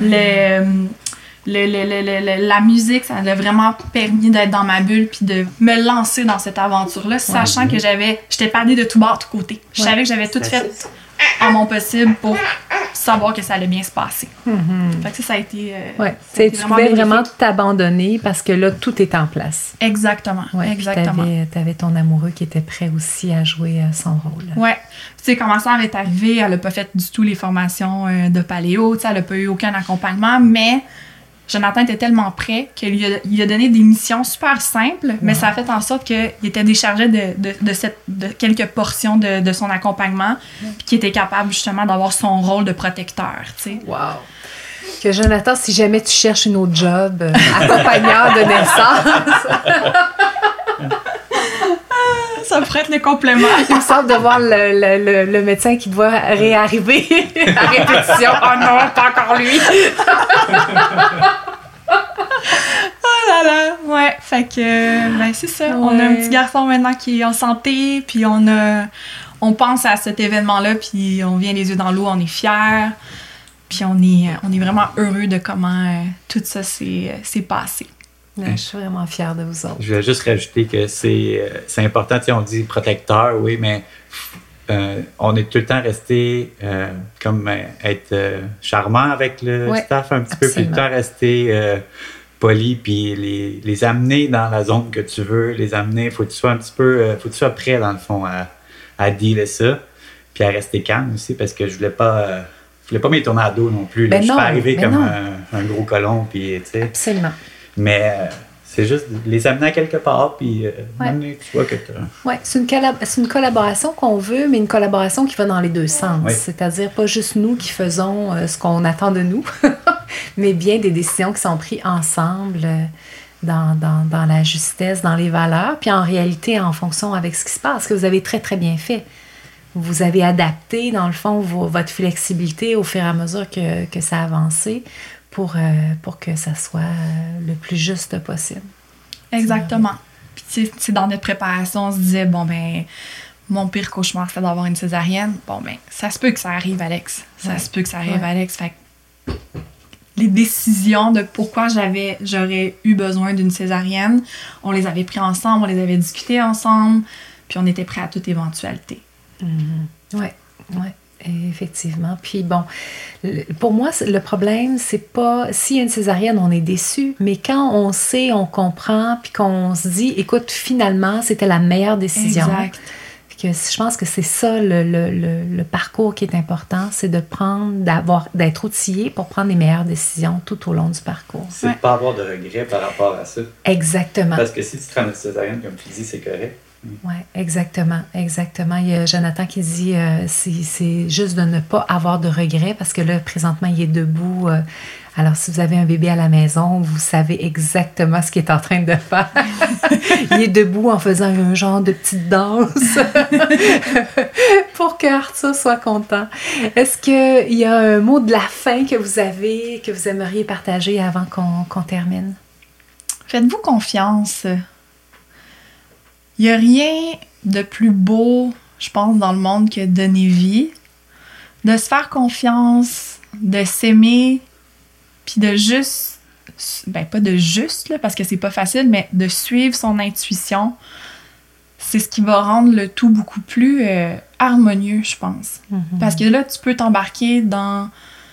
La musique, ça m'a vraiment permis d'être dans ma bulle puis de me lancer dans cette aventure-là, sachant que j'étais parée de tout bord, de tout côté. Je savais que j'avais tout fait en mon possible pour savoir que ça allait bien se passer. Fait que ça a été... tu pouvais vraiment t'abandonner parce que là, tout est en place. Exactement, exactement. T'avais ton amoureux qui était prêt aussi à jouer son rôle. Ouais. Tu sais, quand ma sœur est arrivée, elle n'a pas fait du tout les formations de paléo, tu sais, elle n'a pas eu aucun accompagnement, mais Jonathan était tellement prêt qu'il a donné des missions super simples, mais ça a fait en sorte qu'il était déchargé de quelques portions de son accompagnement, puis qu'il était capable justement d'avoir son rôle de protecteur, tu sais. Wow! Que Jonathan, si jamais tu cherches une autre job, accompagnant de naissance... Ça pourrait être le complément. Il me semble de voir le médecin qui doit réarriver à répétition. Oh non, pas encore lui! Oh là là! Ouais, fait que, ben c'est ça. Ouais. On a un petit garçon maintenant qui est en santé, puis on pense à cet événement-là, puis on vient les yeux dans l'eau, on est fiers, puis on est vraiment heureux de comment tout ça s'est passé. Je suis vraiment fière de vous autres. Je voulais juste rajouter que c'est important. Tu sais, on dit protecteur, oui, mais on est tout le temps resté comme être charmant avec le staff un petit peu, puis tout le temps rester poli, puis les amener dans la zone que tu veux, les amener. Faut que tu sois un petit peu, faut que tu sois prêt dans le fond à dealer ça, puis à rester calme aussi, parce que je voulais pas m'y tourner à dos non plus. Là. Je suis pas arrivé comme un gros colon, puis tu sais. Absolument. Mais c'est juste les amener à quelque part, puis amener, tu vois que tu Oui, c'est une collaboration qu'on veut, mais une collaboration qui va dans les deux sens. Oui. C'est-à-dire pas juste nous qui faisons ce qu'on attend de nous, mais bien des décisions qui sont prises ensemble dans la justesse, dans les valeurs, puis en réalité, en fonction avec ce qui se passe, que vous avez très, très bien fait. Vous avez adapté, dans le fond, votre flexibilité au fur et à mesure que ça a avancé, pour que ça soit le plus juste possible. Exactement. Puis tu sais, dans notre préparation, on se disait, bon ben, mon pire cauchemar, c'est d'avoir une césarienne. Bon ben, ça se peut que ça arrive, Alex. Ça se peut que ça arrive, Alex. Fait que les décisions de pourquoi j'aurais eu besoin d'une césarienne, on les avait pris ensemble, on les avait discutées ensemble, puis on était prêts à toute éventualité. Oui. Effectivement. Puis bon, pour moi, le problème, c'est pas... S'il y a une césarienne, on est déçu, mais quand on sait, on comprend, puis qu'on se dit, écoute, finalement, c'était la meilleure décision. Exact. Puis que je pense que c'est ça le parcours qui est important, c'est d'être outillé pour prendre les meilleures décisions tout au long du parcours. C'est de pas avoir de regrets par rapport à ça. Exactement. Parce que si tu te rends une césarienne, comme tu dis, c'est correct. Oui, exactement. Il y a Jonathan qui dit c'est juste de ne pas avoir de regrets parce que là, présentement, il est debout. Alors, si vous avez un bébé à la maison, vous savez exactement ce qu'il est en train de faire. Il est debout en faisant un genre de petite danse pour que Arthur soit content. Est-ce qu'il y a un mot de la fin que vous aimeriez partager avant qu'on termine? Faites-vous confiance. Il n'y a rien de plus beau, je pense, dans le monde que donner vie. De se faire confiance, de s'aimer, puis de juste... Ben, pas de juste, là, parce que c'est pas facile, mais de suivre son intuition. C'est ce qui va rendre le tout beaucoup plus harmonieux, je pense. Mm-hmm. Parce que là, tu peux t'embarquer dans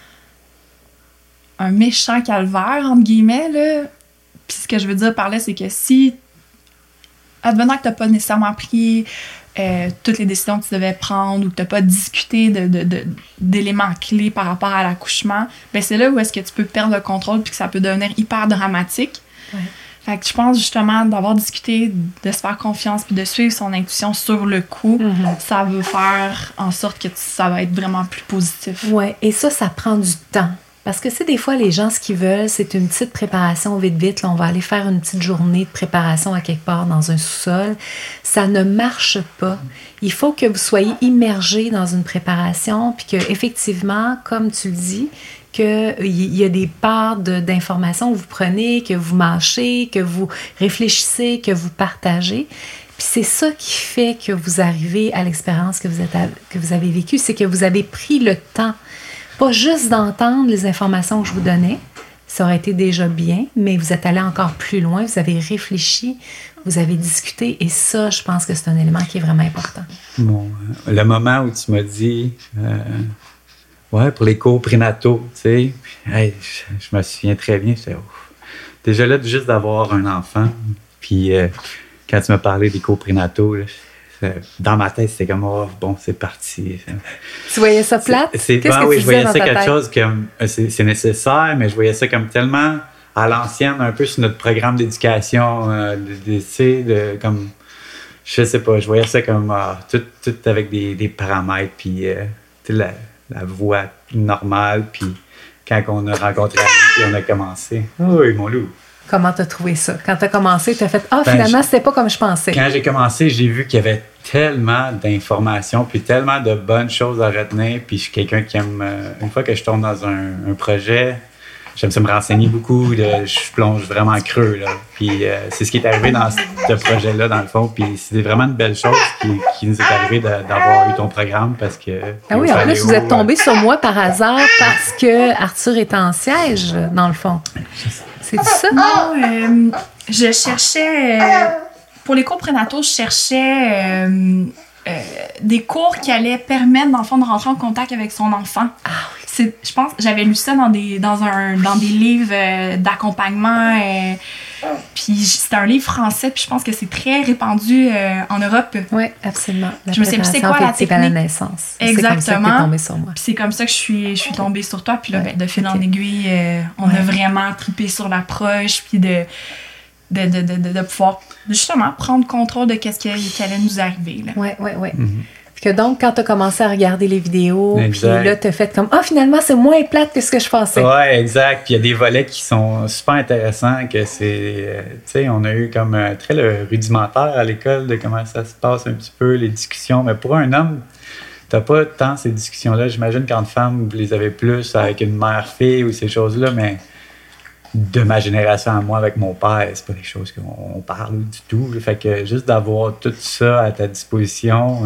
un méchant calvaire, entre guillemets, là. Puis ce que je veux dire par là, c'est que si advenant que tu n'as pas nécessairement pris toutes les décisions que tu devais prendre ou que tu n'as pas discuté d'éléments clés par rapport à l'accouchement, ben c'est là où est-ce que tu peux perdre le contrôle puis que ça peut devenir hyper dramatique. Ouais. Fait que je pense justement d'avoir discuté, de se faire confiance puis de suivre son intuition sur le coup, ça veut faire en sorte que ça va être vraiment plus positif. Oui, et ça prend du temps. Parce que, des fois, les gens, ce qu'ils veulent, c'est une petite préparation vite. Là, on va aller faire une petite journée de préparation à quelque part dans un sous-sol. Ça ne marche pas. Il faut que vous soyez immergé dans une préparation, puis qu'effectivement, comme tu le dis, qu'il y a des parts d'informations que vous prenez, que vous mâchez, que vous réfléchissez, que vous partagez. Puis c'est ça qui fait que vous arrivez à l'expérience que vous avez vécue, c'est que vous avez pris le temps. Pas juste d'entendre les informations que je vous donnais, ça aurait été déjà bien, mais vous êtes allé encore plus loin, vous avez réfléchi, vous avez discuté, et ça, je pense que c'est un élément qui est vraiment important. Bon, le moment où tu m'as dit, pour les cours prénataux, tu sais, hey, je me souviens très bien, j'étais déjà là, juste d'avoir un enfant, puis quand tu m'as parlé des cours prénataux, là, dans ma tête, c'était comme, bon, c'est parti. Tu voyais ça plate? Qu'est-ce que tu je voyais dans ça ta quelque tête? chose comme, c'est nécessaire, mais je voyais ça comme tellement à l'ancienne, un peu sur notre programme d'éducation, comme, je sais pas, je voyais ça comme, tout avec des paramètres, puis la voix normale, puis quand on a rencontré Annie, on a commencé. Oui, mon loup. Comment t'as trouvé ça? Quand t'as commencé, t'as fait « finalement, c'était pas comme je pensais. » Quand j'ai commencé, j'ai vu qu'il y avait tellement d'informations puis tellement de bonnes choses à retenir. Puis je suis quelqu'un qui aime... une fois que je tombe dans un projet, j'aime ça me renseigner beaucoup. Je plonge vraiment creux. Là. Puis c'est ce qui est arrivé dans ce projet-là, dans le fond. Puis c'est vraiment une belle chose qui nous est arrivé d'avoir eu ton programme parce que... Ah oui, en plus, vous êtes tombé sur moi par hasard parce que Arthur est en siège, dans le fond. C'est ça? Non, je cherchais... pour les cours prénataux, je cherchais des cours qui allaient permettre, dans le fond, de rentrer en contact avec son enfant. Ah oui. Je pense que j'avais lu ça dans des livres d'accompagnement. Puis c'est un livre français, puis je pense que c'est très répandu en Europe. Oui, absolument. Je me sais plus c'est quoi la technique. À la naissance. Exactement. C'est comme ça que t'es tombée sur moi. Puis c'est comme ça que je suis tombée sur toi. Puis là, de fil en aiguille, on a vraiment trippé sur l'approche, puis de pouvoir justement prendre contrôle de qu'est-ce qui allait nous arriver. Oui. Puis que donc, quand tu as commencé à regarder les vidéos, puis là, tu as fait comme « finalement, c'est moins plate que ce que je pensais. » Oui, exact. Puis il y a des volets qui sont super intéressants, que c'est... tu sais, on a eu comme très le rudimentaire à l'école de comment ça se passe un petit peu, les discussions. Mais pour un homme, t'as pas tant ces discussions-là. J'imagine qu'en femme, vous les avez plus avec une mère-fille ou ces choses-là, mais... de ma génération à moi avec mon père, c'est pas des choses qu'on parle du tout. Fait que juste d'avoir tout ça à ta disposition,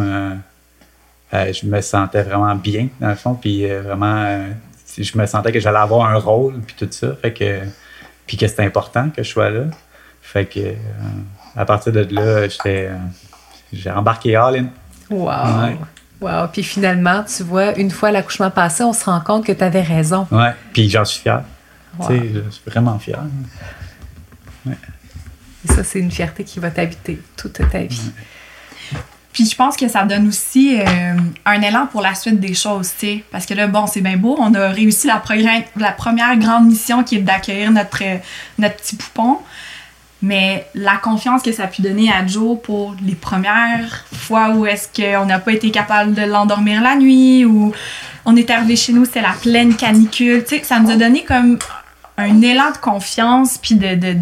je me sentais vraiment bien, dans le fond. Puis vraiment, je me sentais que j'allais avoir un rôle, puis tout ça. Fait que, puis que c'était important que je sois là. Fait que, à partir de là, j'ai embarqué all-in. Wow! Ouais. Wow! Puis finalement, tu vois, une fois l'accouchement passé, on se rend compte que tu avais raison. Ouais, puis j'en suis fier. Wow. Tu sais, je suis vraiment fier. Ouais. Et ça, c'est une fierté qui va t'habiter toute ta vie. Ouais. Puis je pense que ça donne aussi un élan pour la suite des choses, tu sais. Parce que là, bon, c'est bien beau, on a réussi la première grande mission qui est d'accueillir notre petit poupon. Mais la confiance que ça a pu donner à Joe pour les premières fois où est-ce qu'on n'a pas été capable de l'endormir la nuit, ou on est arrivé chez nous, c'était la pleine canicule, tu sais, ça nous a donné comme un élan de confiance puis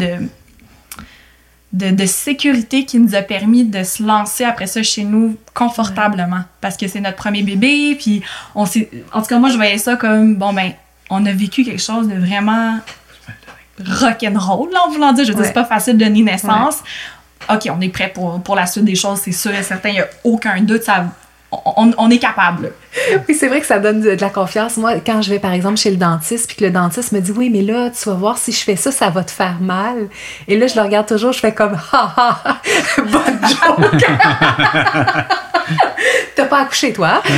de sécurité qui nous a permis de se lancer après ça chez nous confortablement. Parce que c'est notre premier bébé, puis en tout cas, moi, je voyais ça comme, bon, ben, on a vécu quelque chose de vraiment rock'n'roll, là, en voulant dire. Je veux dire, c'est pas facile de donner naissance. Ouais. OK, on est prêt pour la suite des choses, c'est sûr et certain, il n'y a aucun doute, on est capable. Oui, c'est vrai que ça donne de la confiance. Moi, quand je vais, par exemple, chez le dentiste, puis que le dentiste me dit « Oui, mais là, tu vas voir, si je fais ça, ça va te faire mal. » Et là, je le regarde toujours, je fais comme « Ha, ha, bonne joke! » T'as pas accouché, toi. Tu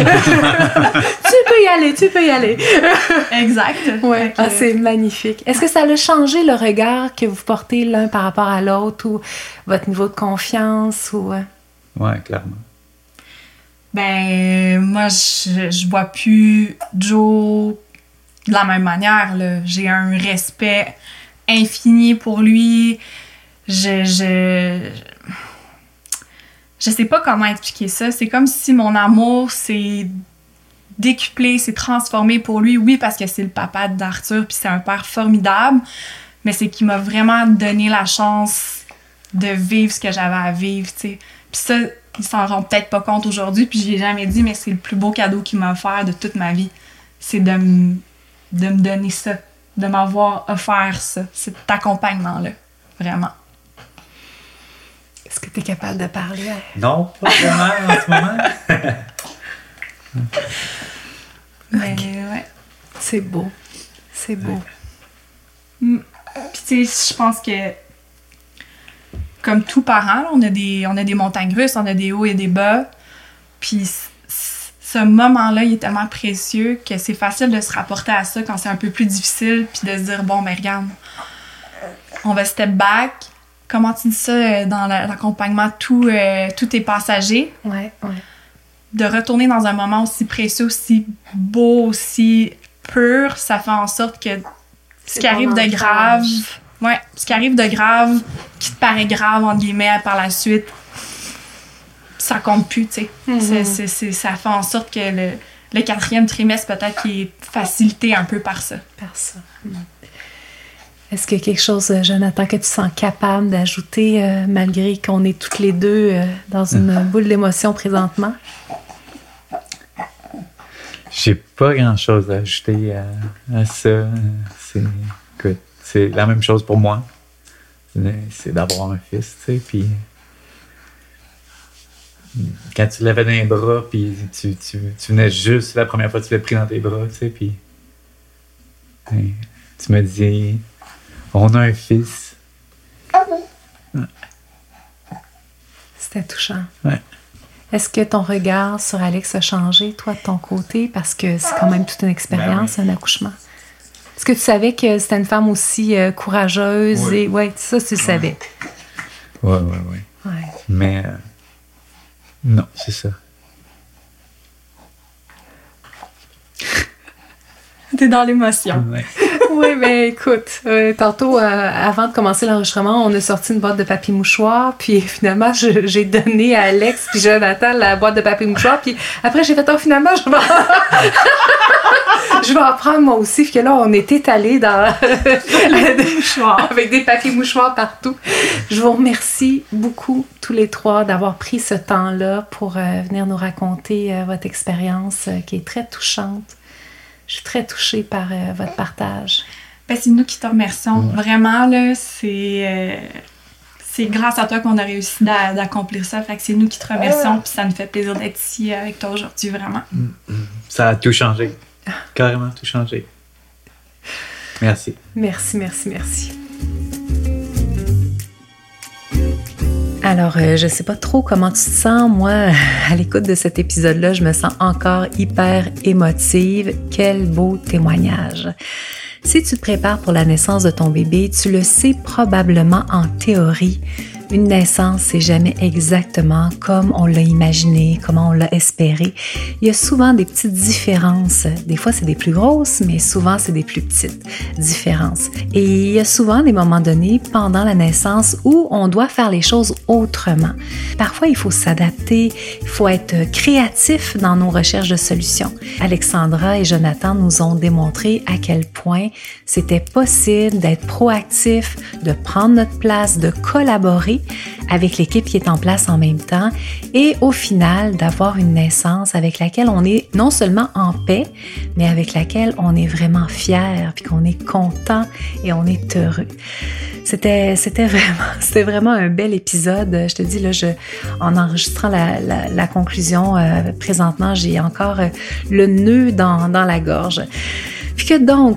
peux y aller. Exact. Ouais. Ah, c'est magnifique. Est-ce que ça a changé le regard que vous portez l'un par rapport à l'autre ou votre niveau de confiance ou... Ouais, clairement. Ben, moi, je vois plus Joe de la même manière, là. J'ai un respect infini pour lui. Je sais pas comment expliquer ça. C'est comme si mon amour s'est décuplé, s'est transformé pour lui. Oui, parce que c'est le papa d'Arthur, puis c'est un père formidable, mais c'est qu'il m'a vraiment donné la chance de vivre ce que j'avais à vivre, tu sais. Puis ça, ils s'en rendent peut-être pas compte aujourd'hui, puis je l'ai jamais dit, mais c'est le plus beau cadeau qu'il m'a offert de toute ma vie. C'est de me donner ça, de m'avoir offert ça, cet accompagnement-là, vraiment. Est-ce que tu es capable de parler? Non, pas vraiment en ce moment. Mais ouais. C'est beau. C'est beau. Puis tu sais, je pense que comme tout parent, là, on a des montagnes russes, on a des hauts et des bas. Puis ce moment-là, il est tellement précieux que c'est facile de se rapporter à ça quand c'est un peu plus difficile, puis de se dire, bon, ben regarde, on va step back. Comment tu dis ça dans l'accompagnement, tout est passager. Ouais. De retourner dans un moment aussi précieux, aussi beau, aussi pur, ça fait en sorte que ce qui arrive de grave, qui te paraît grave, entre guillemets, par la suite, ça compte plus, tu sais. Mm-hmm. Ça fait en sorte que le 4e trimestre, peut-être, qui est facilité un peu par ça. Est-ce qu'il y a quelque chose, Jonathan, que tu sens capable d'ajouter, malgré qu'on est toutes les deux dans une boule d'émotion présentement? J'ai pas grand-chose à ajouter à ça. Écoute, c'est la même chose pour moi. C'est d'avoir un fils, tu sais, puis quand tu l'avais dans les bras, puis tu venais juste, la première fois que tu l'as pris dans tes bras, tu sais, puis tu me dis, on a un fils. C'était touchant. Ouais. Est-ce que ton regard sur Alex a changé, toi, de ton côté? Parce que c'est quand même toute une expérience, un accouchement. Est-ce que tu savais que c'était une femme aussi courageuse? Oui. Oui, ça, tu le savais. Oui. Mais non, c'est ça. T'es dans l'émotion. Ouais. Oui, mais écoute, tantôt, avant de commencer l'enregistrement, on a sorti une boîte de papier mouchoir, puis finalement, j'ai donné à Alex puis Jonathan la boîte de papier mouchoir, puis après, j'ai fait, finalement, je vais en prendre moi aussi, puis que là, on est étalés dans des mouchoirs, avec des papiers mouchoirs partout. Je vous remercie beaucoup, tous les trois, d'avoir pris ce temps-là pour venir nous raconter votre expérience qui est très touchante. Je suis très touchée par votre partage. Ben, c'est nous qui te remercions. Ouais. Vraiment, là, c'est grâce à toi qu'on a réussi d'accomplir ça. Fait que c'est nous qui te remercions. Puis ça nous fait plaisir d'être ici avec toi aujourd'hui, vraiment. Ça a tout changé. Carrément tout changé. Merci. Merci. Alors, je sais pas trop comment tu te sens. Moi, à l'écoute de cet épisode-là, je me sens encore hyper émotive. Quel beau témoignage. Si tu te prépares pour la naissance de ton bébé, tu le sais probablement en théorie. Une naissance, c'est jamais exactement comme on l'a imaginé, comment on l'a espéré. Il y a souvent des petites différences. Des fois, c'est des plus grosses, mais souvent, c'est des plus petites différences. Et il y a souvent des moments donnés pendant la naissance où on doit faire les choses autrement. Parfois, il faut s'adapter, il faut être créatif dans nos recherches de solutions. Alexandra et Jonathan nous ont démontré à quel point c'était possible d'être proactif, de prendre notre place, de collaborer avec l'équipe qui est en place en même temps et au final d'avoir une naissance avec laquelle on est non seulement en paix, mais avec laquelle on est vraiment fier puis qu'on est content et on est heureux. C'était vraiment un bel épisode. Je te dis, là, en enregistrant la conclusion, présentement, j'ai encore le nœud dans la gorge. Puis que donc, si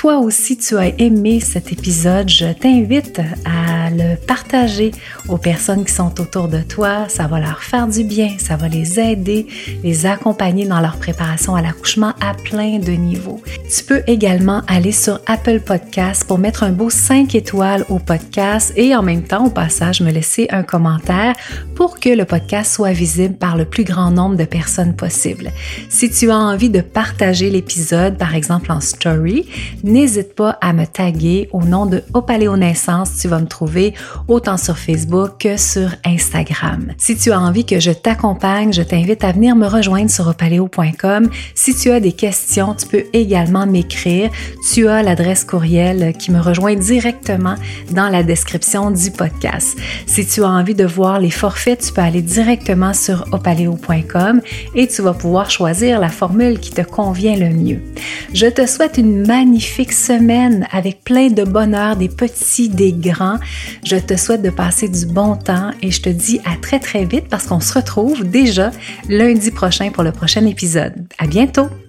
toi aussi tu as aimé cet épisode, je t'invite à le partager aux personnes qui sont autour de toi. Ça va leur faire du bien, ça va les aider, les accompagner dans leur préparation à l'accouchement à plein de niveaux. Tu peux également aller sur Apple Podcasts pour mettre un beau 5 étoiles au podcast et en même temps, au passage, me laisser un commentaire pour que le podcast soit visible par le plus grand nombre de personnes possible. Si tu as envie de partager l'épisode, par exemple en story, n'hésite pas à me taguer au nom de Opaléonaissance. Tu vas me trouver autant sur Facebook que sur Instagram. Si tu as envie que je t'accompagne, je t'invite à venir me rejoindre sur opaléo.com. Si tu as des questions, tu peux également m'écrire. Tu as l'adresse courriel qui me rejoint directement dans la description du podcast. Si tu as envie de voir les forfaits, tu peux aller directement sur opaléo.com et tu vas pouvoir choisir la formule qui te convient le mieux. Je te souhaite une magnifique semaine avec plein de bonheur, des petits, des grands. Je te souhaite de passer du bon temps et je te dis à très très vite parce qu'on se retrouve déjà lundi prochain pour le prochain épisode. À bientôt!